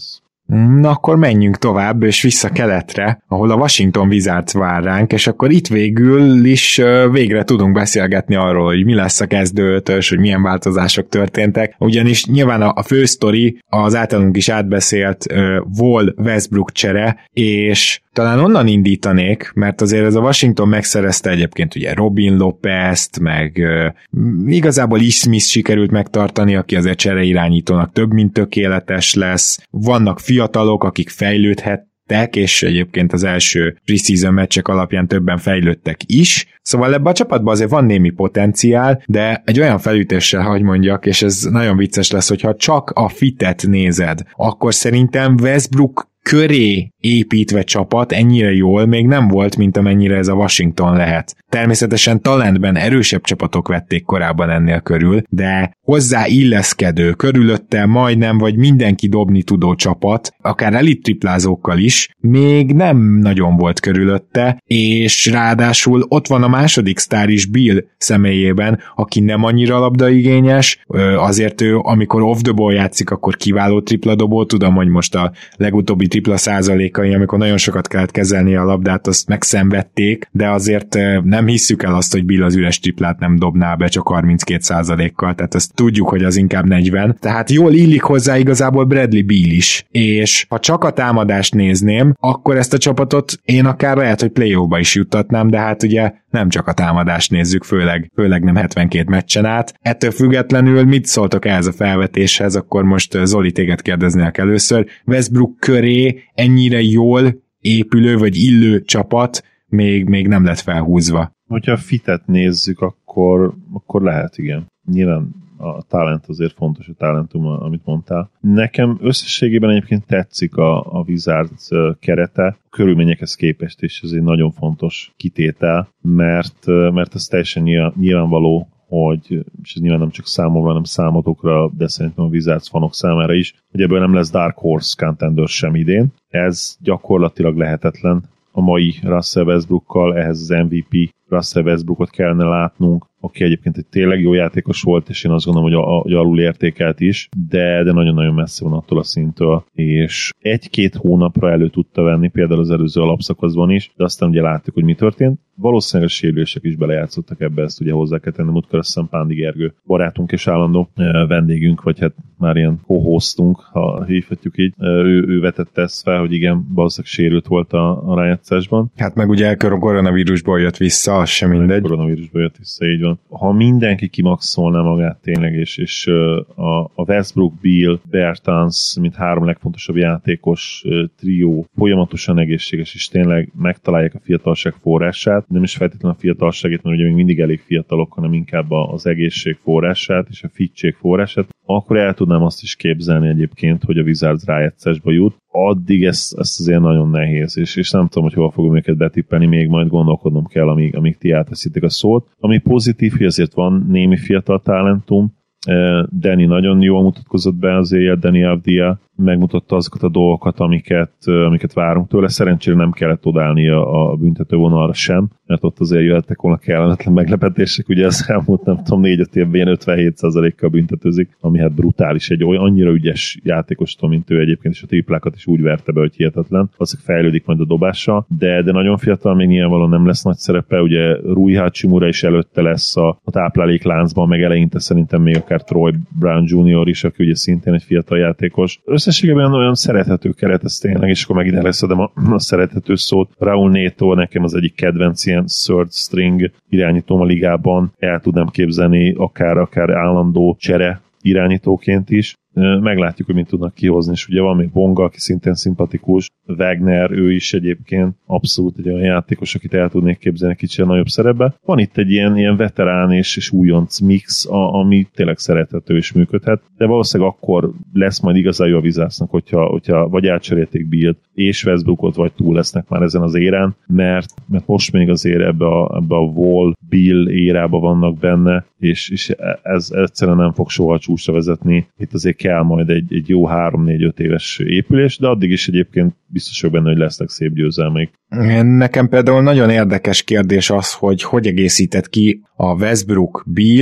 S3: Na akkor menjünk tovább, és vissza keletre, ahol a Washington Wizards vár ránk, és akkor itt végül is végre tudunk beszélgetni arról, hogy mi lesz a kezdő ötös, hogy milyen változások történtek, ugyanis nyilván a, a fő sztori az általunk is átbeszélt uh, Wall-Westbrook csere, és talán onnan indítanék, mert azért ez a Washington megszerezte egyébként ugye Robin Lopez-t, meg uh, igazából Ish Smith sikerült megtartani, aki azért csereirányítónak több, mint tökéletes lesz. Vannak fiatalok, akik fejlődhettek, és egyébként az első preseason meccsek alapján többen fejlődtek is. Szóval ebben a csapatban azért van némi potenciál, de egy olyan felütéssel, hogy mondjak, és ez nagyon vicces lesz, hogyha csak a fitet nézed, akkor szerintem Westbrook köré építve csapat ennyire jól még nem volt, mint amennyire ez a Washington lehet. Természetesen talentben erősebb csapatok vették korábban ennél körül, de hozzá illeszkedő, körülötte majdnem vagy mindenki dobni tudó csapat, akár elit triplázókkal is, még nem nagyon volt körülötte, és ráadásul ott van a második sztár is Bill személyében, aki nem annyira labdaigényes, azért ő, amikor off the ball játszik, akkor kiváló tripladobó, tudom, hogy most a legutóbbi tripla százalékai, amikor nagyon sokat kellett kezelni a labdát, azt megszenvedték, de azért nem hisszük el azt, hogy Bill az üres triplát nem dobná be csak harminckét százalékkal, tehát ezt tudjuk, hogy az inkább negyven. Tehát jól illik hozzá igazából Bradley Beal is, és ha csak a támadást nézném, akkor ezt a csapatot én akár lehet, hogy play-offba is juttatnám, de hát ugye nem csak a támadást nézzük, főleg, főleg nem hetvenkét meccsen át. Ettől függetlenül mit szóltok ehhez a felvetéshez, akkor most Zoli, téged kérdeznék először. Westbrook köré ennyire jól épülő vagy illő csapat még, még nem lett felhúzva.
S4: Hogyha a fitet nézzük, akkor, akkor lehet, igen. Nyilván a talent azért fontos, a talentum, amit mondtál. Nekem összességében egyébként tetszik a, a Wizards kerete, a körülményekhez képest, és ez egy nagyon fontos kitétel, mert, mert ez teljesen nyilván, nyilvánvaló, hogy, és ez nyilván nem csak számomra, hanem számotokra, de szerintem a Wizards fanok számára is, hogy ebből nem lesz Dark Horse contender sem idén. Ez gyakorlatilag lehetetlen a mai Russell Westbrookkal, ehhez az em vé pé Russell Westbrookot kellene látnunk, aki egyébként egy tényleg jó játékos volt, és én azt gondolom, hogy, a, hogy alul értékelt is, de, de nagyon-nagyon messze van attól a szinttől, és egy-két hónapra elő tudta venni, például az előző alapszakaszban is, de aztán ugye láttuk, hogy mi történt. Valószínűleg a sérülések is belejátszottak ebbe, ezt ugye hozzá kell tenni, múltkor azt hiszem Pándi Gergő barátunk és állandó vendégünk, vagy hát már ilyen co-hostunk, ha hívhatjuk így, ő, ő vetette ezt fel, hogy igen, valószínűleg sérült volt a, a rájátszásban.
S3: Hát meg ugye koronavírusból jött vissza, az sem mindegy.
S4: Koronavírusból jött vissza, így van. Ha mindenki kimaxolná magát tényleg, és, és a, a Westbrook, Beal, Bertans, mint három legfontosabb játékos trió folyamatosan egészséges, és tényleg megtalálják a fiatalság forrását, nem is feltétlenül a fiatalságét, mert ugye még mindig elég fiatalok, hanem inkább az egészség forrását és a fittség forrását, akkor el tudnám azt is képzelni egyébként, hogy a Wizards rájátszásba jut. Addig ez, ez azért nagyon nehéz, és, és nem tudom, hogy hova fogom őket betippelni, még majd gondolkodnom kell, amíg, amíg ti átveszitek a szót. Ami pozitív, hogy azért van némi fiatal talentum, Danny nagyon jól mutatkozott be azért, Danny Avdia megmutatta azokat a dolgokat, amiket, amiket várunk tőle. Szerencsére nem kellett odállni a, a büntetővonalra sem, mert ott azért jöhettek volna kellemetlen meglepetések. Ugye az elmúlt, nem tudom, négy-öt évben ilyen ötvenhét százalékkal büntetőzik, ami hát brutális. Egy olyan annyira ügyes játékostól, mint ő egyébként, és a triplákat is úgy verte be, hogy hihetetlen. Azok fejlődik majd a dobással, de, de nagyon fiatal, még nyilvánvalóan nem lesz nagy szerepe. Ugye Rui Hachimura is előtte lesz a, a táplálékláncban, meg eleinte szerintem még akár Troy Brown junior is, aki ugye szintén egy fiatal játékos. Összességében olyan szerethető keret, ez tényleg, és akkor megint eleszedem a, a szerethető szót. Raul Neto nekem az egyik kedvenc ilyen third string irányítóm a ligában, el tudnám képzelni akár, akár állandó csere irányítóként is. Meglátjuk, hogy mit tudnak kihozni, és ugye van még Bonga, aki szintén szimpatikus, Wagner, ő is egyébként abszolút egy olyan játékos, akit el tudnék képzelni kicsit nagyobb szerepbe. Van itt egy ilyen, ilyen veterán és, és újonc mix, a, ami tényleg szerethető és működhet, de valószínűleg akkor lesz majd igazán jó a Wizardsnak, hogyha, hogyha vagy átcserélték Bill-t és Westbrookot, vagy túl lesznek már ezen az érán, mert, mert most még azért ebbe a, ebbe a Wall, Bill érába vannak benne, és, és ez egyszerűen nem fog soha csúcsra vezetni. Itt azért kell majd egy, egy jó három-négy-öt éves épülés, de addig is egyébként biztos vagyok benne, hogy lesznek szép győzelmek.
S3: Nekem például nagyon érdekes kérdés az, hogy hogy egészített ki a Westbrook, Bill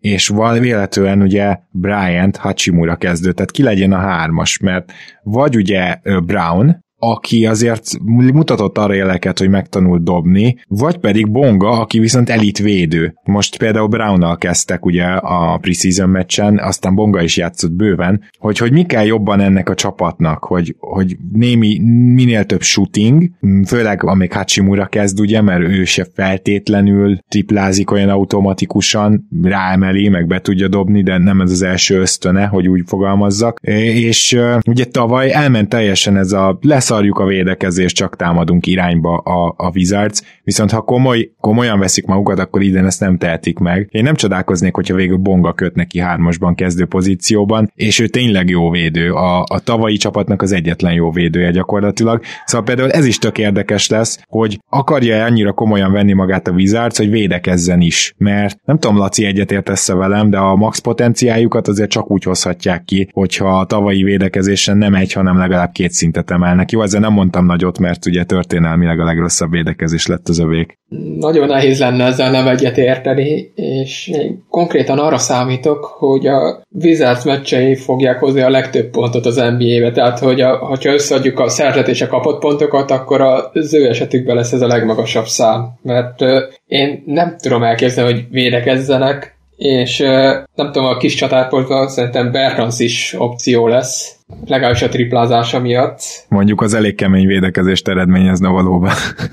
S3: és van véletlenül ugye Bryant, Hachimura kezdő, tehát ki legyen a hármas, mert vagy ugye Brown, aki azért mutatott arra jeleket, hogy megtanult dobni, vagy pedig Bonga, aki viszont elit védő. Most például Brownnal kezdtek ugye a preseason meccsen, aztán Bonga is játszott bőven, hogy, hogy mi kell jobban ennek a csapatnak, hogy, hogy némi, minél több shooting, főleg amíg Hachimura kezd, ugye, mert ő se feltétlenül triplázik olyan automatikusan, ráemeli, meg be tudja dobni, de nem ez az első ösztöne, hogy úgy fogalmazzak. És ugye tavaly elment teljesen ez a lesz szarjuk a védekezést, csak támadunk irányba a, a Wizards, viszont ha komoly, komolyan veszik magukat, akkor idén ezt nem tehetik meg. Én nem csodálkoznék, hogyha végül Bonga köt neki hármasban kezdő pozícióban, és ő tényleg jó védő. A, a tavalyi csapatnak az egyetlen jó védője gyakorlatilag. Szóval például ez is tök érdekes lesz, hogy akarja annyira komolyan venni magát a Wizards, hogy védekezzen is. Mert nem tudom, Laci, egyetértesz-e velem, de a max potenciáljukat azért csak úgy hozhatják ki, hogyha a tavalyi védekezésen nem egy, hanem legalább két szintet emelnek. Jó, ezzel nem mondtam nagyot, mert ugye történelmileg a legrosszabb védekezés lett az övék.
S5: Nagyon nehéz lenne ezzel nem egyet érteni, és én konkrétan arra számítok, hogy a Wizards meccsei fogják hozni a legtöbb pontot az en bé á-be, tehát hogy a, ha összeadjuk a szerzett és a kapott pontokat, akkor az ő esetükben lesz ez a legmagasabb szám, mert uh, én nem tudom elképzelni, hogy védekezzenek, és uh, nem tudom, a kis csatárportban szerintem Bertans is opció lesz, legalábbis a triplázása miatt.
S3: Mondjuk az elég kemény védekezést eredményezne valóban.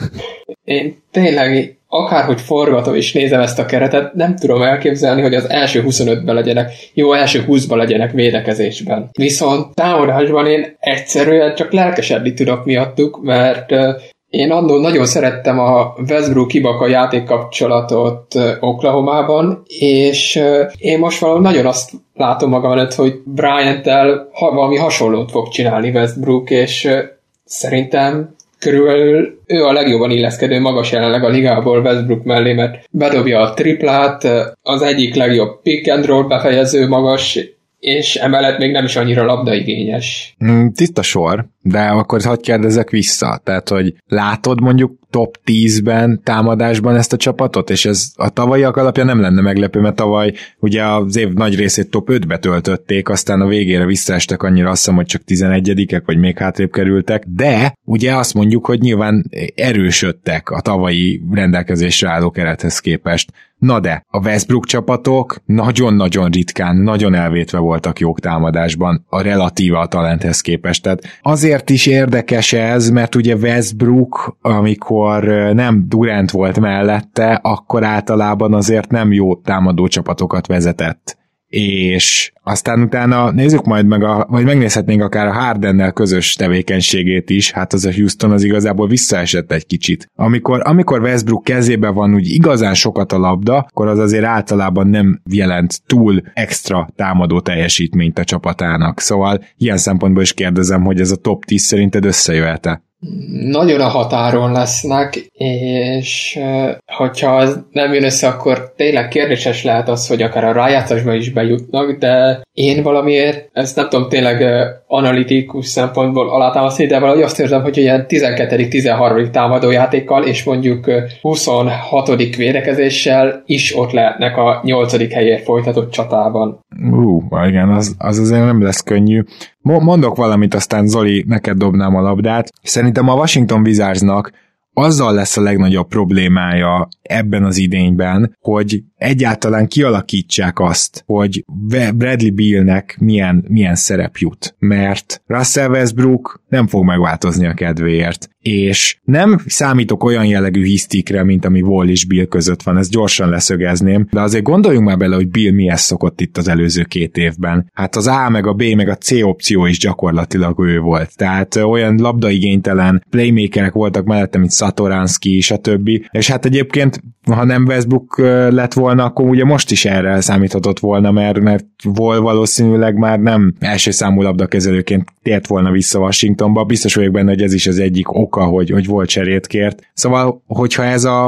S5: Én tényleg akárhogy forgatom és nézem ezt a keretet, nem tudom elképzelni, hogy az első huszonötben legyenek, jó, első húszban legyenek védekezésben. Viszont támadásban én egyszerűen csak lelkesedni tudok miattuk, mert uh, én annól nagyon szerettem a Westbrook-Ibaka játékkapcsolatot Oklahomában, és én most valami nagyon azt látom magam előtt, hogy Bryant-tel valami hasonlót fog csinálni Westbrook, és szerintem körülbelül ő a legjobban illeszkedő magas jelenleg a ligából Westbrook mellé, mert bedobja a triplát, az egyik legjobb pick and roll befejező magas, és emellett még nem is annyira labdaigényes.
S3: Mm, tiszta sor, de akkor hadd kérdezek vissza. Tehát, hogy látod mondjuk top tízben támadásban ezt a csapatot, és ez a tavalyiak alapján nem lenne meglepő, mert tavaly ugye az év nagy részét top ötbe töltötték, aztán a végére visszaestek annyira, azt hiszem, hogy csak tizenegyedikek, vagy még hátrébb kerültek, de ugye azt mondjuk, hogy nyilván erősödtek a tavalyi rendelkezésre álló kerethez képest. Na de, a Westbrook csapatok nagyon-nagyon ritkán, nagyon elvétve voltak jók támadásban a relatíva a talenthez képest. Tehát azért is érdekes ez, mert ugye Westbrook, amikor nem Durant volt mellette, akkor általában azért nem jó támadó csapatokat vezetett. És aztán utána nézzük majd meg, a, vagy megnézhetnénk akár a Hardennel közös tevékenységét is, hát az a Houston az igazából visszaesett egy kicsit. Amikor, amikor Westbrook kezében van úgy igazán sokat a labda, akkor az azért általában nem jelent túl extra támadó teljesítményt a csapatának. Szóval ilyen szempontból is kérdezem, hogy ez a top tíz szerinted összejöhet-e?
S5: Nagyon a határon lesznek, és hogyha ez nem jön össze, akkor tényleg kérdéses lehet az, hogy akár a rájátszásba is bejutnak, de én valamiért, ezt nem tudom tényleg analitikus szempontból alátámasztani, de valahogy azt érzem, hogy ilyen tizenkettedik tizenharmadik támadójátékkal, és mondjuk huszonhatodik védekezéssel is ott lehetnek a nyolcadik helyért folytatott csatában.
S3: Ú, uh, igen, az, az azért nem lesz könnyű. Mondok valamit, aztán Zoli, neked dobnám a labdát. Szerintem a Washington Wizardsnak azzal lesz a legnagyobb problémája ebben az idényben, hogy egyáltalán kialakítsák azt, hogy Bradley Bealnek milyen, milyen szerep jut. Mert Russell Westbrook nem fog megváltozni a kedvéért. És nem számítok olyan jellegű hisztikre, mint ami Wall és Beal között van, ezt gyorsan leszögezném, de azért gondoljunk már bele, hogy Beal mihez szokott itt az előző két évben. Hát az A, meg a B, meg a C opció is gyakorlatilag ő volt. Tehát olyan labdaigénytelen playmakerek voltak mellette, mint Satoranski, stb. És hát egyébként, ha nem Westbrook lett volna, akkor ugye most is erre számíthatott volna, mert, mert Wall valószínűleg már nem első számú labdakezelőként tért volna vissza Washingtonba. Biztos vagyok benne, hogy ez is az egyik oka, hogy, hogy Wall cserét kért. Szóval, hogyha ez a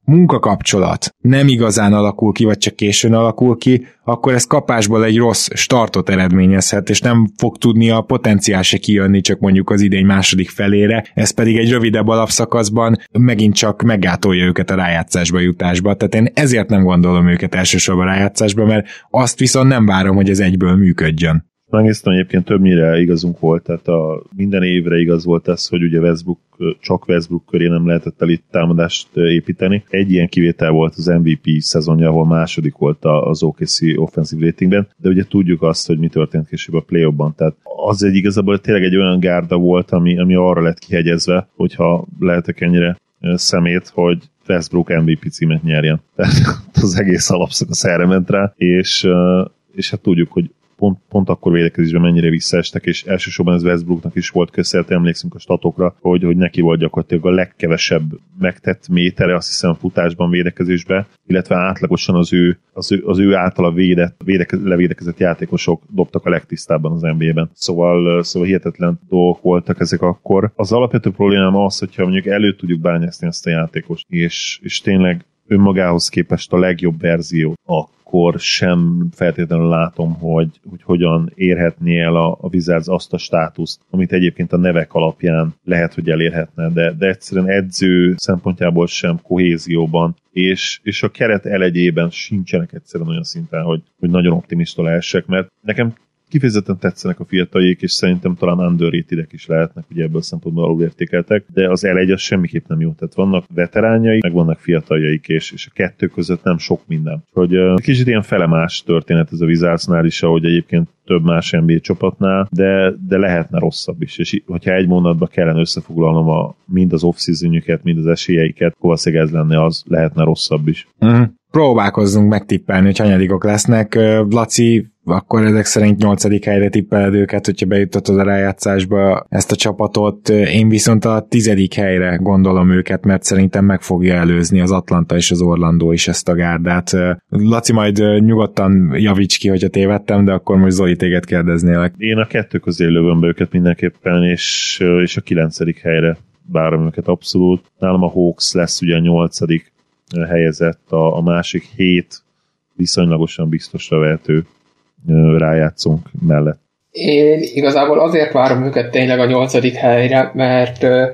S3: munkakapcsolat nem igazán alakul ki, vagy csak későn alakul ki, akkor ez kapásból egy rossz startot eredményezhet, és nem fog tudni a potenciál se kijönni csak mondjuk az idény második felére, ez pedig egy rövidebb alapszakaszban megint csak meggátolja őket a rájátszásba jutásba. Tehát én ezért nem gondolom őket elsősorban rájátszásba, mert azt viszont nem várom, hogy ez egyből működjön.
S4: Megnéztem, egyébként többnyire igazunk volt, tehát a, minden évre igaz volt ez, hogy ugye Westbrook, csak Westbrook köré nem lehetett elit támadást építeni. Egy ilyen kivétel volt az em vé pé szezonja, ahol második volt az o ká cé offensive ratingben, de ugye tudjuk azt, hogy mi történt később a play-offban, tehát az egy igazából tényleg egy olyan gárda volt, ami, ami arra lett kihegyezve, hogyha lehetek ennyire szemét, hogy Westbrook em vé pé címet nyerjen. Tehát az egész alapszakasz erre ment rá, és, és hát tudjuk, hogy Pont, pont akkor védekezésben mennyire visszaestek, és elsősorban ez Westbrooknak is volt köszönhető, emlékszünk a statokra, hogy, hogy neki volt gyakorlatilag a legkevesebb megtett métere, azt hiszem futásban, védekezésben, illetve átlagosan az ő, az ő, az ő általa védett, védekez, levédekezett játékosok dobtak a legtisztábban az en bé á-ben. Szóval, szóval hihetetlen dolgok voltak ezek akkor. Az alapvető problémám az, hogyha mondjuk elő tudjuk bányászni ezt a játékost, és, és tényleg önmagához képest a legjobb verzió, akkor sem feltétlenül látom, hogy, hogy hogyan érhetné el a, a Wizards azt a státuszt, amit egyébként a nevek alapján lehet, hogy elérhetne, de, de egyszerűen edző szempontjából sem, kohézióban, és, és a keret elegyében sincsenek egyszerűen olyan szinten, hogy, hogy nagyon optimista lehessek, mert nekem kifejezetten tetszenek a fiataljék, és szerintem talán underratedek is lehetnek, ugye ebből szempontból alulértékeltek, de az elegy az semmiképp nem jó. Tehát vannak veteránjai, meg vannak fiataljaik, és, és a kettő között nem sok minden. Hogy uh, kicsit ilyen felemás történet ez a Wizardsnál is, ahogy egyébként több más en bé á csapatnál, de, de lehetne rosszabb is. És hogyha egy mondatban kellene összefoglalnom a, mind az off-seasonjüket, mind az esélyeiket, valószínűleg ez lenne, az lehetne rosszabb is.
S3: Mm. Próbálkozzunk megtippelni, hogy hanyadikok lesznek. Laci, akkor ezek szerint nyolcadik helyre tippeled őket, hogyha bejutottad a rájátszásba ezt a csapatot. Én viszont a tizedik helyre gondolom őket, mert szerintem meg fogja előzni az Atlanta és az Orlando is ezt a gárdát. Laci, majd nyugodtan javíts ki, hogyha tévedtem, de akkor most Zoli, téged kérdeznélek.
S4: Én a kettő közé lövöm be őket mindenképpen, és, és a kilencedik helyre várom őket abszolút. Nálam a Hawks lesz ugye a nyolcadik helyezett, a, a másik hét viszonylagosan biztosra vehető rájátszónk mellett.
S5: Én igazából azért várom őket tényleg a nyolcadik helyre, mert uh,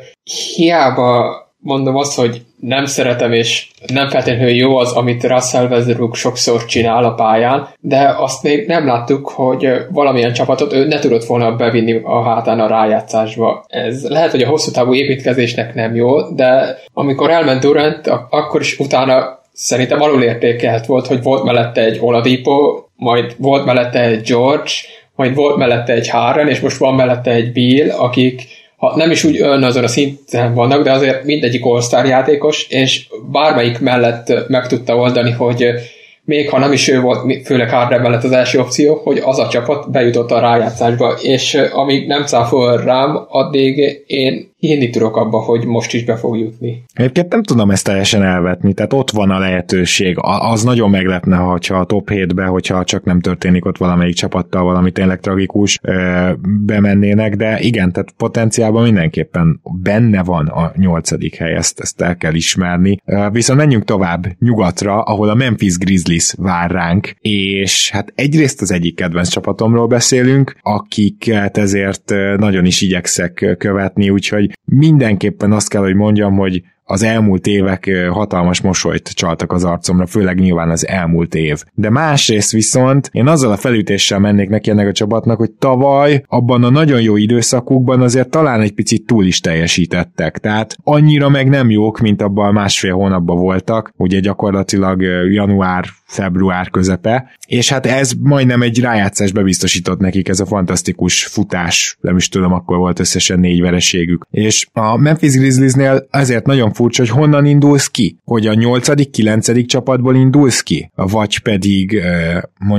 S5: hiába mondom azt, hogy nem szeretem, és nem feltétlenül jó az, amit Russell Westbrook sokszor csinál a pályán, de azt még nem láttuk, hogy valamilyen csapatot ő ne tudott volna bevinni a hátán a rájátszásba. Ez lehet, hogy a hosszú távú építkezésnek nem jó, de amikor elment Durant, akkor is utána szerintem alulértékelt volt, hogy volt mellette egy Oladipo, majd volt mellette egy George, majd volt mellette egy Harden, és most van mellette egy Beal, akik ha nem is úgy ön azon a szinten vannak, de azért mindegyik all-star játékos, és bármelyik mellett meg tudta oldani, hogy még ha nem is ő volt, főleg Harden mellett az első opció, hogy az a csapat bejutott a rájátszásba, és amíg nem cáfol rám, addig én hinni tudok abba, hogy most is be fog jutni.
S3: Egyébként nem tudom ezt teljesen elvetni, tehát ott van a lehetőség. Az nagyon meglepne, hogyha a top hétbe, hogyha csak nem történik ott valamelyik csapattal valami tényleg tragikus, bemennének, de igen, tehát potenciálban mindenképpen benne van a nyolcadik hely, ezt, ezt el kell ismerni. Viszont menjünk tovább nyugatra, ahol a Memphis Grizzlies vár ránk, és hát egyrészt az egyik kedvenc csapatomról beszélünk, akiket ezért nagyon is igyekszek követni, úgyhogy mindenképpen azt kell, hogy mondjam, hogy az elmúlt évek hatalmas mosolyt csaltak az arcomra, főleg nyilván az elmúlt év. De másrészt viszont én azzal a felütéssel mennék neki ennek a csapatnak, hogy tavaly abban a nagyon jó időszakukban azért talán egy picit túl is teljesítettek. Tehát annyira meg nem jók, mint abban a másfél hónapban voltak, ugye gyakorlatilag január, február közepe, és hát ez majdnem egy rájátszás bebiztosított nekik, ez a fantasztikus futás, nem is tudom, akkor volt összesen négy vereségük. És a Memphis Grizzliesnél ezért nagyon furcsa, hogy honnan indulsz ki? Hogy a nyolcadik, kilencedik csapatból indulsz ki? Vagy pedig mondjuk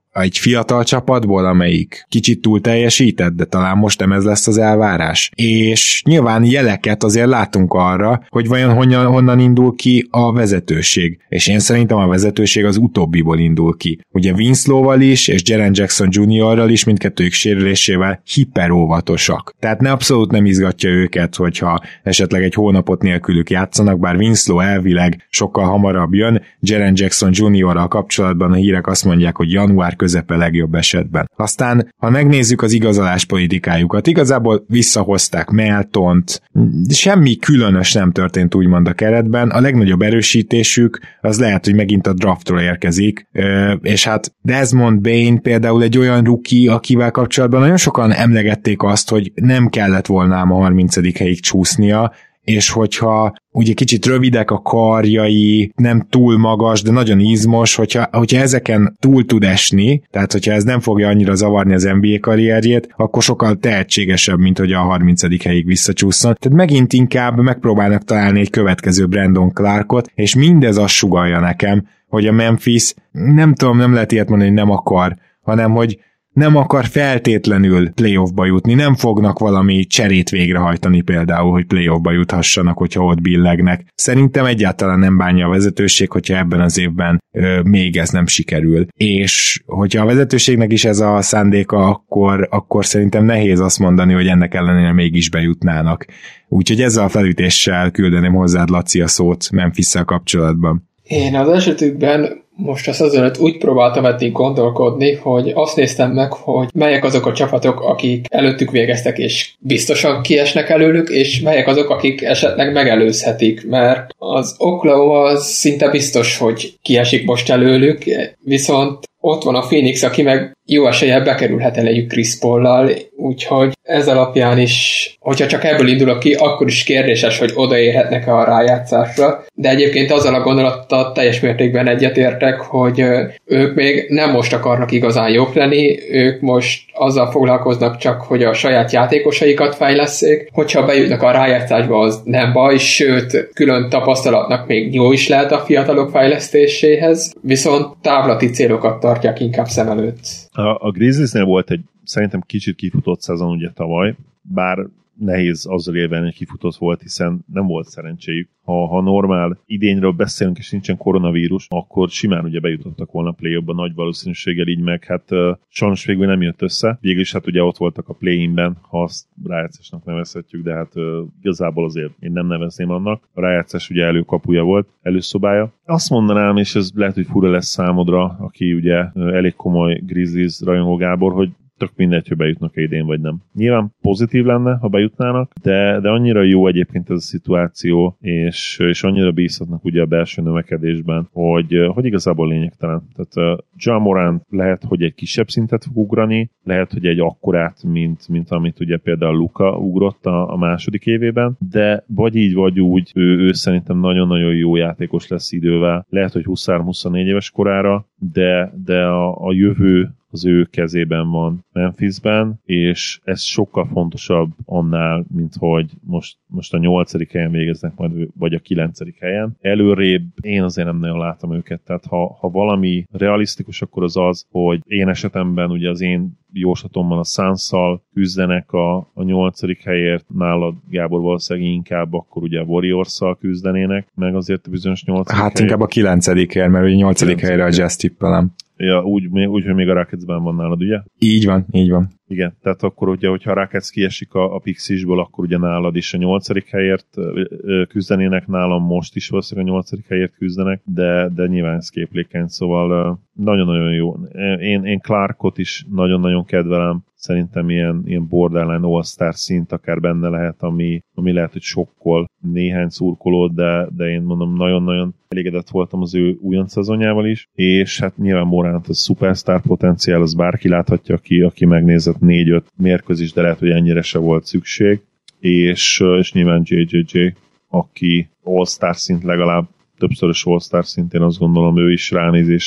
S3: egy fiatal csapatból, amelyik kicsit túl teljesített, de talán most nem ez lesz az elvárás. És nyilván jeleket azért látunk arra, hogy vajon honnan, honnan indul ki a vezetőség. És én szerintem a vezetőség az utóbbiból indul ki. Ugye Winslow-val is, és Jaren Jackson juniorral is, mindkettőjük sérülésével hiperóvatosak. Tehát ne abszolút nem izgatja őket, hogyha esetleg egy hónapot nélkülük játszanak, bár Winslow elvileg sokkal hamarabb jön, Jaren Jackson juniorral kapcsolatban a hírek azt mondják, hogy január közepe legjobb esetben. Aztán, ha megnézzük az igazolás politikájukat, igazából visszahozták Meltont, semmi különös nem történt úgymond a keretben, a legnagyobb erősítésük az lehet, hogy megint a draftról érkezik, és hát Desmond Bane például egy olyan rookie, akivel kapcsolatban nagyon sokan emlegették azt, hogy nem kellett volna ám a harmincadik helyig csúsznia, és hogyha ugye kicsit rövidek a karjai, nem túl magas, de nagyon izmos, hogyha, hogyha ezeken túl tud esni, tehát hogyha ez nem fogja annyira zavarni az en bé á karrierjét, akkor sokkal tehetségesebb, mint hogy a harmincadik helyig visszacsúszson. Tehát megint inkább megpróbálnak találni egy következő Brandon Clarkot, és mindez azt sugallja nekem, hogy a Memphis, nem tudom, nem lehet ilyet mondani, hogy nem akar, hanem hogy nem akar feltétlenül playoffba jutni, nem fognak valami cserét végrehajtani például, hogy playoffba juthassanak, hogyha ott billegnek. Szerintem egyáltalán nem bánja a vezetőség, hogyha ebben az évben ö, még ez nem sikerül. És hogyha a vezetőségnek is ez a szándéka, akkor, akkor szerintem nehéz azt mondani, hogy ennek ellenére mégis bejutnának. Úgyhogy ezzel a felütéssel küldeném hozzád, Laci, a szót Memphisszel kapcsolatban.
S5: Én az esetükben most azt azért úgy próbáltam eddig gondolkodni, hogy azt néztem meg, hogy melyek azok a csapatok, akik előttük végeztek, és biztosan kiesnek előlük, és melyek azok, akik esetleg megelőzhetik, mert az Oklahoma az szinte biztos, hogy kiesik most előlük, viszont ott van a Phoenix, aki meg jó eséllyel bekerülhet elejük Chris Paul-lal, úgyhogy ez alapján is, hogyha csak ebből indulok ki, akkor is kérdéses, hogy odaérhetnek-e a rájátszásra, de egyébként azzal a gondolattal teljes mértékben egyetértek, hogy ők még nem most akarnak igazán jók lenni, ők most azzal foglalkoznak csak, hogy a saját játékosaikat fejlesszék, hogyha bejutnak a rájátszásba, az nem baj, sőt, külön tapasztalatnak még jó is lehet a fiatalok fejlesztéséhez, viszont távlati célokat tartják inkább szem előtt.
S4: A, a Grizzliesnél volt egy szerintem kicsit kifutott szezon ugye tavaly, bár nehéz azzal élvelni, hogy kifutott volt, hiszen nem volt szerencséjük. Ha, ha normál idényről beszélünk, és nincsen koronavírus, akkor simán ugye bejutottak volna a play-offba nagy valószínűséggel, így meg hát uh, sajnos végül nem jött össze. Végül is hát ugye ott voltak a play-inben, ha azt rájátszásnak nevezhetjük, de hát uh, igazából azért én nem nevezném annak. A rájátszás ugye előkapuja volt, előszobája. Azt mondanám, és ez lehet, hogy fura lesz számodra, aki ugye uh, elég komoly Grizzlies rajongó Gábor, hogy tök mindegy, hogy bejutnak idén, vagy nem. Nyilván pozitív lenne, ha bejutnának, de, de annyira jó egyébként ez a szituáció, és, és annyira bízhatnak ugye a belső növekedésben, hogy, hogy igazából lényegtelen. Tehát uh, Ja Morant lehet, hogy egy kisebb szintet fog ugrani, lehet, hogy egy akkorát, mint, mint amit ugye például Luka ugrott a, a második évében, de vagy így, vagy úgy, ő, ő szerintem nagyon-nagyon jó játékos lesz idővel. Lehet, hogy huszonhárom-huszonnégy éves korára, de, de a, a jövő az ő kezében van Memphisben, és ez sokkal fontosabb annál, mint hogy most, most a nyolcadik helyen végeznek majd, vagy a kilencedik helyen. Előrébb én azért nem nagyon látom őket, tehát ha, ha valami realisztikus, akkor az az, hogy én esetemben ugye az én jóslatomban a Suns-szal küzdenek a, a nyolcadik helyért, nálad Gábor valószínűleg inkább akkor ugye a Warriors-szal küzdenének, meg azért a bizonyos nyolcadik
S3: Hát helyért. Inkább a kilencedikért, mert ugye nyolcadik helyre a Jazz tippelem.
S4: Ja, úgy, úgy, hogy még a Rocketsben van nálad, ugye?
S3: Így van, így van.
S4: Igen, tehát akkor ugye, hogyha a Rockets kiesik a, a Pixisból, akkor ugye nálad is a nyolcadik helyért küzdenének, nálam most is valószínűleg a nyolcadik helyért küzdenek, de, de nyilván ez képlékeny, szóval nagyon-nagyon jó. Én, én Clarkot is nagyon-nagyon kedvelem, szerintem ilyen, ilyen borderline all-star szint akár benne lehet, ami, ami lehet, hogy sokkol néhány szurkolót, de, de én mondom, nagyon-nagyon elégedett voltam az ő újonc szezonjával is, és hát nyilván Morant az szupersztár potenciál, az bárki láthatja, aki, aki megnézett négy-öt mérkőzést, de lehet, hogy ennyire se volt szükség, és, és nyilván jé jé jé, aki all-star szint legalább többszörös all-star szintén azt gondolom, ő is ránézésre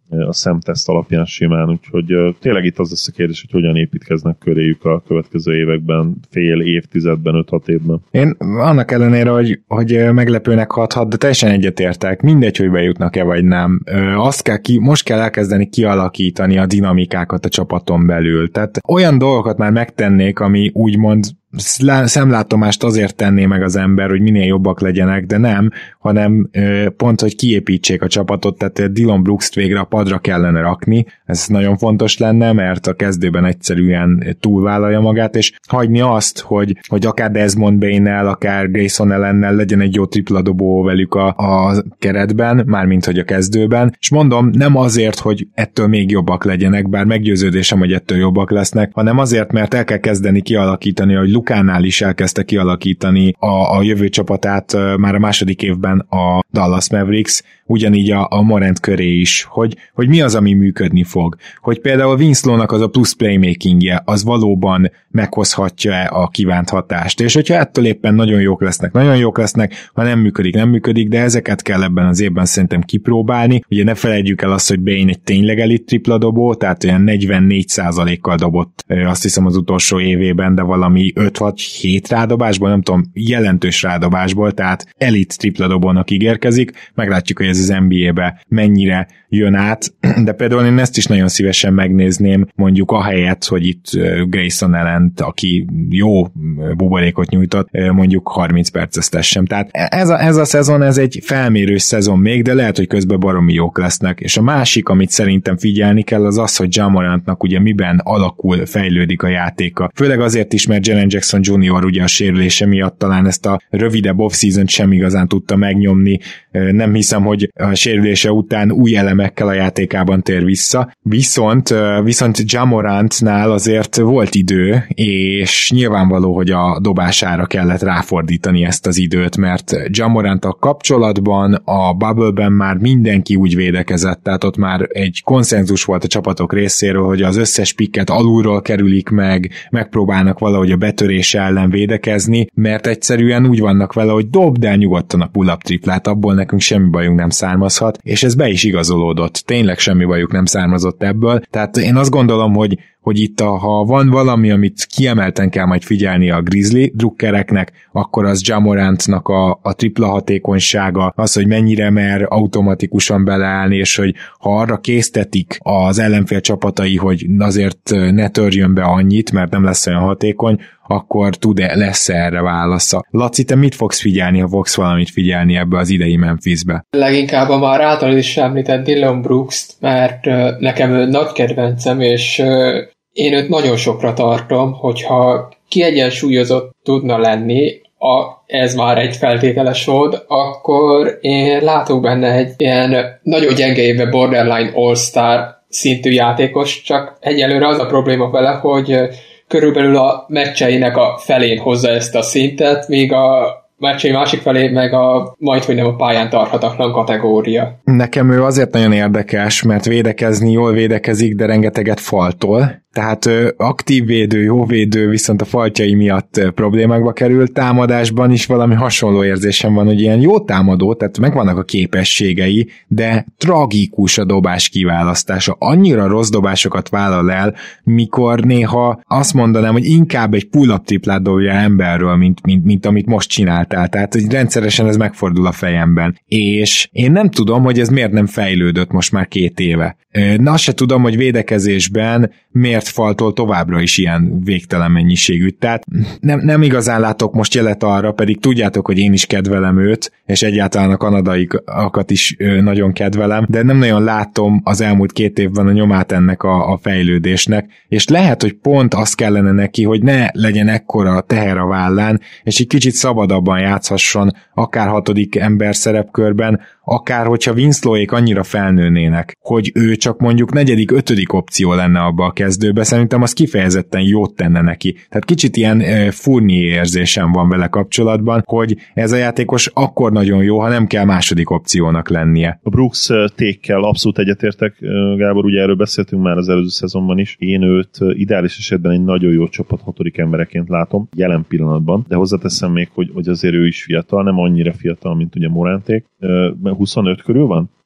S4: a szemteszt alapján simán, úgyhogy tényleg itt az lesz a kérdés, hogy hogyan építkeznek köréjük a következő években, fél évtizedben, öt-hat évben.
S3: Én annak ellenére, hogy, hogy meglepőnek hathat, de teljesen egyetértek, mindegy, hogy bejutnak-e vagy nem. Azt kell ki, most kell elkezdeni kialakítani a dinamikákat a csapaton belül. Tehát olyan dolgokat már megtennék, ami úgymond szemlátomást azért tenné meg az ember, hogy minél jobbak legyenek, de nem, hanem pont, hogy kiépítsék a csapatot, tehát Dillon Brooks-t végre a padra kellene rakni, ez nagyon fontos lenne, mert a kezdőben egyszerűen túlvállalja magát, és hagyni azt, hogy, hogy akár Desmond Bane-nel, akár Grayson Allennel legyen egy jó tripla dobó velük a, a keretben, mármint hogy a kezdőben, és mondom, nem azért, hogy ettől még jobbak legyenek, bár meggyőződésem, hogy ettől jobbak lesznek, hanem azért, mert el kell kezdeni kialakítani, hogy Lukánál is elkezdte kialakítani a, a jövő csapatát már a második évben a Dallas Mavericks, ugyanígy a, a Morant köré is, hogy, hogy mi az, ami működni fog. Hogy például Winslow-nak az a plusz playmakingje, az valóban meghozhatja a kívánt hatást. És hogyha ettől éppen nagyon jók lesznek, nagyon jók lesznek, ha nem működik, nem működik, de ezeket kell ebben az évben szerintem kipróbálni. Ugye ne felejtjük el azt, hogy Bane egy tényleg elit tripla dobó, tehát olyan negyvennégy százalékkal dobott, azt hiszem az utolsó évében, de valami öt vagy hét rádobásból, nem tudom, jelentős rádobásból, tehát elit tripla dobónak ígérkezik. Meglátjuk, hogy ez az en bé á-be mennyire jön át, de például én ezt is nagyon szívesen megnézném, mondjuk ahelyett, hogy itt Grayson Allent, aki jó buborékot nyújtott, mondjuk harminc percet tessem. Tehát ez a, ez a szezon, ez egy felmérős szezon még, de lehet, hogy közben baromi jók lesznek. És a másik, amit szerintem figyelni kell, az az, hogy Ja Morantnak ugye miben alakul, fejlődik a játéka. Főleg azért is, mert Jaren Jackson junior ugye a sérülése miatt talán ezt a rövidebb off-season sem igazán tudta megnyomni. Nem hiszem, hogy a sérülése után új elemekkel a játékában tér vissza. Viszont, viszont Ja Morantnál azért volt idő, és nyilvánvaló, hogy a dobására kellett ráfordítani ezt az időt, mert Ja Moranttal kapcsolatban a bubble-ben már mindenki úgy védekezett, tehát ott már egy konszenzus volt a csapatok részéről, hogy az összes pikket alulról kerülik meg, megpróbálnak valahogy a betörés ellen védekezni, mert egyszerűen úgy vannak vele, hogy dobd el nyugodtan a pull-up triplát, abból nekünk semmi bajunk nem származhat, és ez be is igazolódott. Tényleg semmi bajuk nem származott ebből. Tehát én azt gondolom, hogy, hogy itt a, ha van valami, amit kiemelten kell majd figyelni a Grizzly drukkereknek, akkor az Ja Morantnak a, a tripla hatékonysága, az, hogy mennyire mer automatikusan beleállni, és hogy ha arra késztetik az ellenfél csapatai, hogy azért ne törjön be annyit, mert nem lesz olyan hatékony, akkor tud-e, lesz erre válasza. Laci, te mit fogsz figyelni, ha fogsz valamit figyelni ebbe az idei Memphisbe?
S5: Leginkább a már által is említett Dillon Brooks-t, mert nekem ő nagy kedvencem, és én őt nagyon sokra tartom, hogyha kiegyensúlyozott tudna lenni, a, ez már egy feltételes volt, akkor én látok benne egy ilyen nagyon gyenge évben borderline all-star szintű játékos, csak egyelőre az a probléma vele, hogy körülbelül a meccseinek a felén hozza ezt a szintet, míg a meccsei másik felé meg a majdhogy nem a pályán tarthatatlan kategória.
S3: Nekem ő azért nagyon érdekes, mert védekezni jól védekezik, de rengeteget faltol. Tehát ö, aktív védő, jó védő, viszont a faltjai miatt ö, problémákba kerül. Támadásban is valami hasonló érzésem van, hogy ilyen jó támadó, tehát megvannak a képességei, de tragikus a dobás kiválasztása. Annyira rossz dobásokat vállal el, mikor néha azt mondanám, hogy inkább egy pull-up triplát dobja emberről, mint, mint, mint amit most csináltál. Tehát hogy rendszeresen ez megfordul a fejemben. És én nem tudom, hogy ez miért nem fejlődött most már két éve. Na, azt se tudom, hogy védekezésben miért faltól továbbra is ilyen végtelen mennyiségű. Tehát nem, nem igazán látok most jelet arra, pedig tudjátok, hogy én is kedvelem őt, és egyáltalán a kanadaiakat is nagyon kedvelem, de nem nagyon látom az elmúlt két évben a nyomát ennek a, a fejlődésnek, és lehet, hogy pont az kellene neki, hogy ne legyen ekkora teher a vállán, és egy kicsit szabadabban játszhasson, akár hatodik ember szerepkörben, akár hogyha Winslowék annyira felnőnének, hogy ő csak mondjuk negyedik, ötödik opció lenne abba a kezdőbe, szerintem az kifejezetten jót tenne neki. Tehát kicsit ilyen e, Fournier érzésem van vele kapcsolatban, hogy ez a játékos akkor nagyon jó, ha nem kell második opciónak lennie.
S4: A Brooks tékkel abszolút egyetértek, Gábor, ugye erről beszéltünk már az előző szezonban is. Én őt ideális esetben egy nagyon jó csapat hatodik embereként látom, jelen pillanatban, de hozzáteszem még, hogy, hogy azért ő is fiatal, nem annyira fiatal, mint ugye Moranték. huszonöt körül van?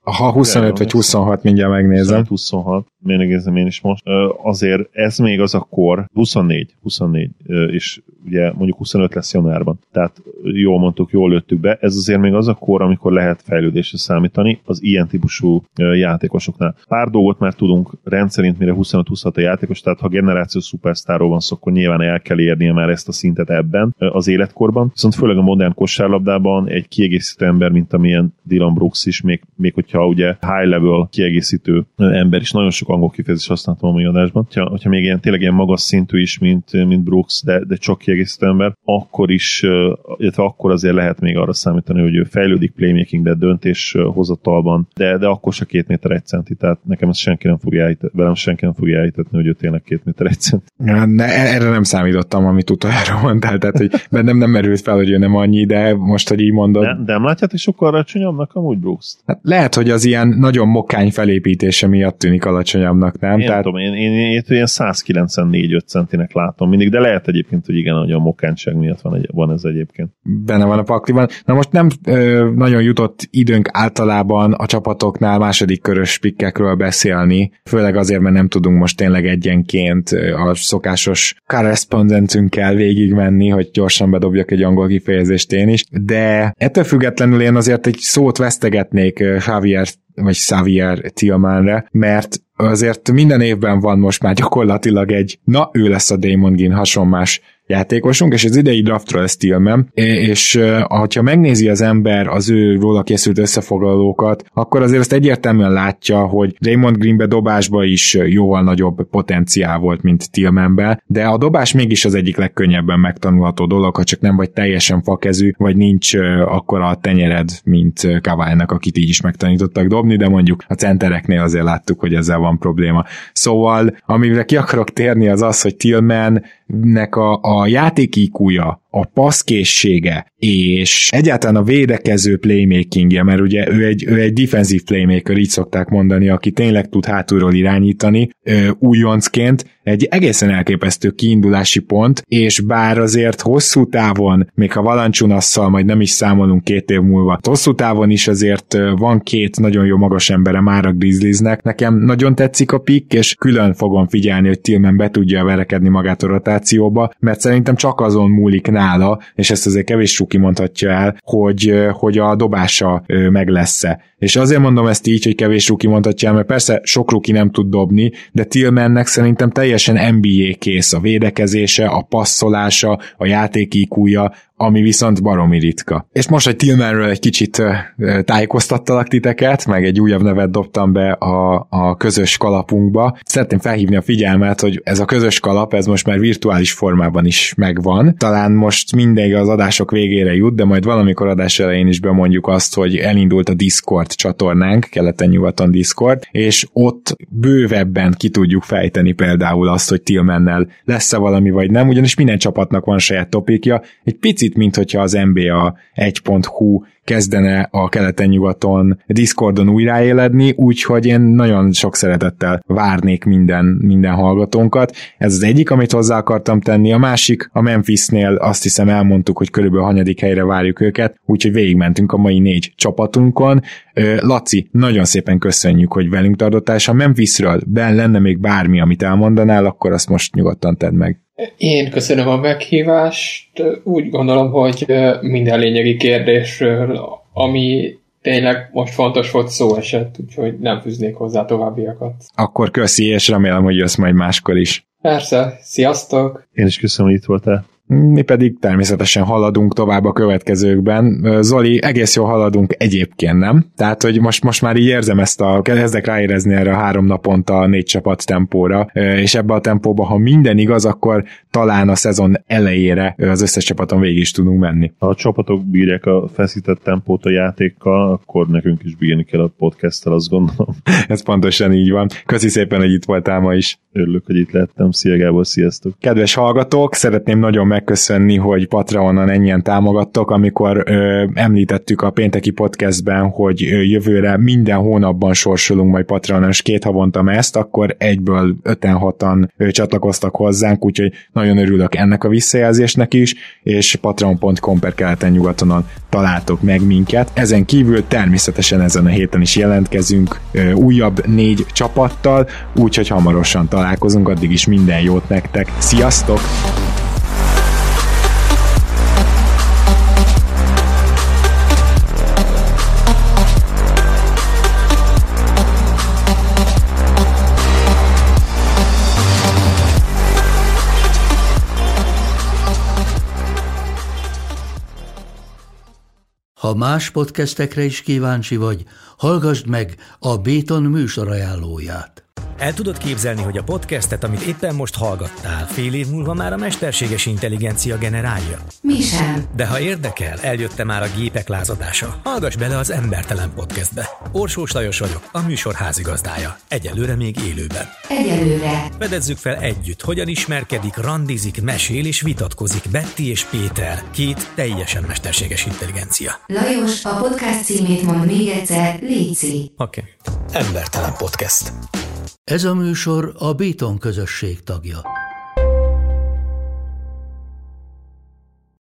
S3: Ha huszonöt vagy huszonhat, mindjárt megnézem.
S4: huszonhat, megnézem én is most. Azért ez még az a kor, huszonnégy, huszonnégy, és ugye mondjuk huszonöt lesz januárban. Tehát jól mondtuk, jól lőttük be. Ez azért még az a kor, amikor lehet fejlődésre számítani az ilyen típusú játékosoknál. Pár dolgot már tudunk rendszerint, mire huszonöt huszonhat a játékos, tehát ha generációs szupersztárról van szó, akkor nyilván el kell érnie már ezt a szintet ebben az életkorban. Viszont főleg a modern kosárlabdában egy kiegészítő ember, mint amilyen Dylan Brooks is, még, még hogyha ugye high level kiegészítő ember is, nagyon sok angol kifejezést használtam a mai adásban, hogyha, hogyha még ilyen, tényleg ilyen magas szintű is, mint, mint Brooks, de, de csak kiegészítő ember, akkor is, illetve akkor azért lehet még arra számítani, hogy ő fejlődik playmakingben, döntéshozatalban, de, de akkor se két méter egy centi, tehát nekem ezt senki nem fogja elhitetni, velem senki nem fogja elhitetni, hogy ő tényleg két méter egy centi.
S3: Ne, erre nem számítottam, amit utoljára mondtál, tehát hogy bennem nem merült fel, hogy ő nem annyi, de most, hogy így mondod.
S4: De, de nem látjátok sokkal alacsonyabbnak amúgy Brooks?
S3: Hát lehet, hogy az ilyen nagyon mokány felépítése miatt tűnik alacsonyabbnak, nem?
S4: Én Tehát... tudom, én, én, én, én ilyen száz kilencvennégy öt centinek látom mindig, de lehet egyébként, hogy igen, hogy a mokányság miatt van, egy, van ez egyébként.
S3: Benne van a pakliban. Na most nem ö, nagyon jutott időnk általában a csapatoknál második körös pikkekről beszélni, főleg azért, mert nem tudunk most tényleg egyenként a szokásos correspondentünkkel végigmenni, hogy gyorsan bedobjak egy angol kifejezést én is, de ettől függetlenül én azért egy szót vesztegetnék Javier vagy Xavier Tillmanre, mert azért minden évben van most már gyakorlatilag egy, na ő lesz a Damon Green hasonlás játékosunk, és az idei draftról ez Tillman, és ha megnézi az ember az ő róla készült összefoglalókat, akkor azért azt egyértelműen látja, hogy Draymond Greenbe dobásba is jóval nagyobb potenciál volt, mint Tillmanbe, de a dobás mégis az egyik legkönnyebben megtanulható dolog, ha csak nem vagy teljesen fakezű, vagy nincs akkora a tenyered, mint Kawhi-nak, akit így is megtanítottak dobni, de mondjuk a centereknél azért láttuk, hogy ezzel van probléma. Szóval, amire ki akarok térni, az az, hogy Tillmannek a, a játék í kúja, a passzkészsége, és egyáltalán a védekező playmakingje, mert ugye ő egy, ő egy defensive playmaker, így szokták mondani, aki tényleg tud hátulról irányítani, újoncként egy egészen elképesztő kiindulási pont, és bár azért hosszú távon, még ha Valanciunasszal majd nem is számolunk két év múlva, hosszú távon is azért van két nagyon jó magas embere már a Grizzliesnek, nekem nagyon tetszik a pick, és külön fogom figyelni, hogy Tillman be tudja verekedni magát a rotációba, mert szerintem csak azon múlik nála, és ezt azért kevés ruki mondhatja el, hogy, hogy a dobása meg lesz-e. És azért mondom ezt így, hogy kevés ruki mondhatja el, mert persze sok ruki nem tud dobni, de Tillmannek szerintem teljesen en bé á kész a védekezése, a passzolása, a játék í kúja, ami viszont baromi ritka. És most, hogy Tillmanről egy kicsit tájékoztattalak titeket, meg egy újabb nevet dobtam be a, a közös kalapunkba. Szeretném felhívni a figyelmet, hogy ez a közös kalap, ez most már virtuális formában is megvan. Talán most mindegy az adások végére jut, de majd valamikor adás elején is bemondjuk azt, hogy elindult a Discord csatornánk, keleten-nyugaton Discord, és ott bővebben ki tudjuk fejteni például azt, hogy Tillmannel lesz-e valami vagy nem, ugyanis minden csapatnak van saját topikja, egy picit mint hogyha az en bé á egy pont hú kezdene a keleten-nyugaton Discordon újraéledni, úgyhogy én nagyon sok szeretettel várnék minden, minden hallgatónkat. Ez az egyik, amit hozzá akartam tenni. A másik, a Memphisnél azt hiszem elmondtuk, hogy körülbelül hanyadik helyre várjuk őket, úgyhogy végigmentünk a mai négy csapatunkon. Laci, nagyon szépen köszönjük, hogy velünk tartottál, és ha Memphisről ben lenne még bármi, amit elmondanál, akkor azt most nyugodtan tedd meg.
S5: Én köszönöm a meghívást. Úgy gondolom, hogy minden lényegi kérdésről, ami tényleg most fontos volt, szó esett, úgyhogy nem fűznék hozzá továbbiakat.
S3: Akkor köszi, és remélem, hogy jössz majd máskor is.
S5: Persze, sziasztok!
S4: Én is köszönöm, hogy itt voltál.
S3: Mi pedig természetesen haladunk tovább a következőkben. Zoli, egész jól haladunk egyébként, nem? Tehát, hogy most, most már így érzem ezt a, kezdek ráérezni erre a három naponta négy csapat tempóra, és ebbe a tempóba, ha minden igaz, akkor talán a szezon elejére az összes csapaton végig is tudunk menni.
S4: Ha a csapatok bírják a feszített tempót a játékkal, akkor nekünk is bírni kell a podcasttel, azt gondolom.
S3: Ez pontosan így van. Köszi szépen, hogy itt voltál ma is.
S4: Örülök, hogy itt lettem. Szia Gábor, sziasztok!
S3: Kedves hallgatók, szeretném nagyon meg megköszönni, hogy Patreonon ennyien támogattok, amikor ö, említettük a pénteki podcastben, hogy ö, jövőre minden hónapban sorsolunk majd Patreonon, és két havonta ezt, akkor egyből öten-hatan ö, csatlakoztak hozzánk, úgyhogy nagyon örülök ennek a visszajelzésnek is, és patreon pont com per keleten nyugatonon találtok meg minket. Ezen kívül természetesen ezen a héten is jelentkezünk ö, újabb négy csapattal, úgyhogy hamarosan találkozunk, addig is minden jót nektek. Sziasztok!
S6: Ha más podcastekre is kíváncsi vagy, hallgassd meg a Béton műsor ajánlóját.
S7: El tudod képzelni, hogy a podcastet, amit éppen most hallgattál, fél év múlva már a mesterséges intelligencia generálja?
S8: Mi sem.
S7: De ha érdekel, eljött már a gépek lázadása. Hallgass bele az Embertelen Podcastbe. Orsós Lajos vagyok, a műsor házigazdája. Egyelőre még élőben.
S8: Egyelőre.
S7: Fedezzük fel együtt, hogyan ismerkedik, randizik, mesél és vitatkozik Betty és Péter, két teljesen mesterséges intelligencia.
S8: Lajos, a podcast címét mond még egyszer, léci.
S7: Oké. Okay. Embertelen Podcast.
S6: Ez a műsor a Béton közösség tagja.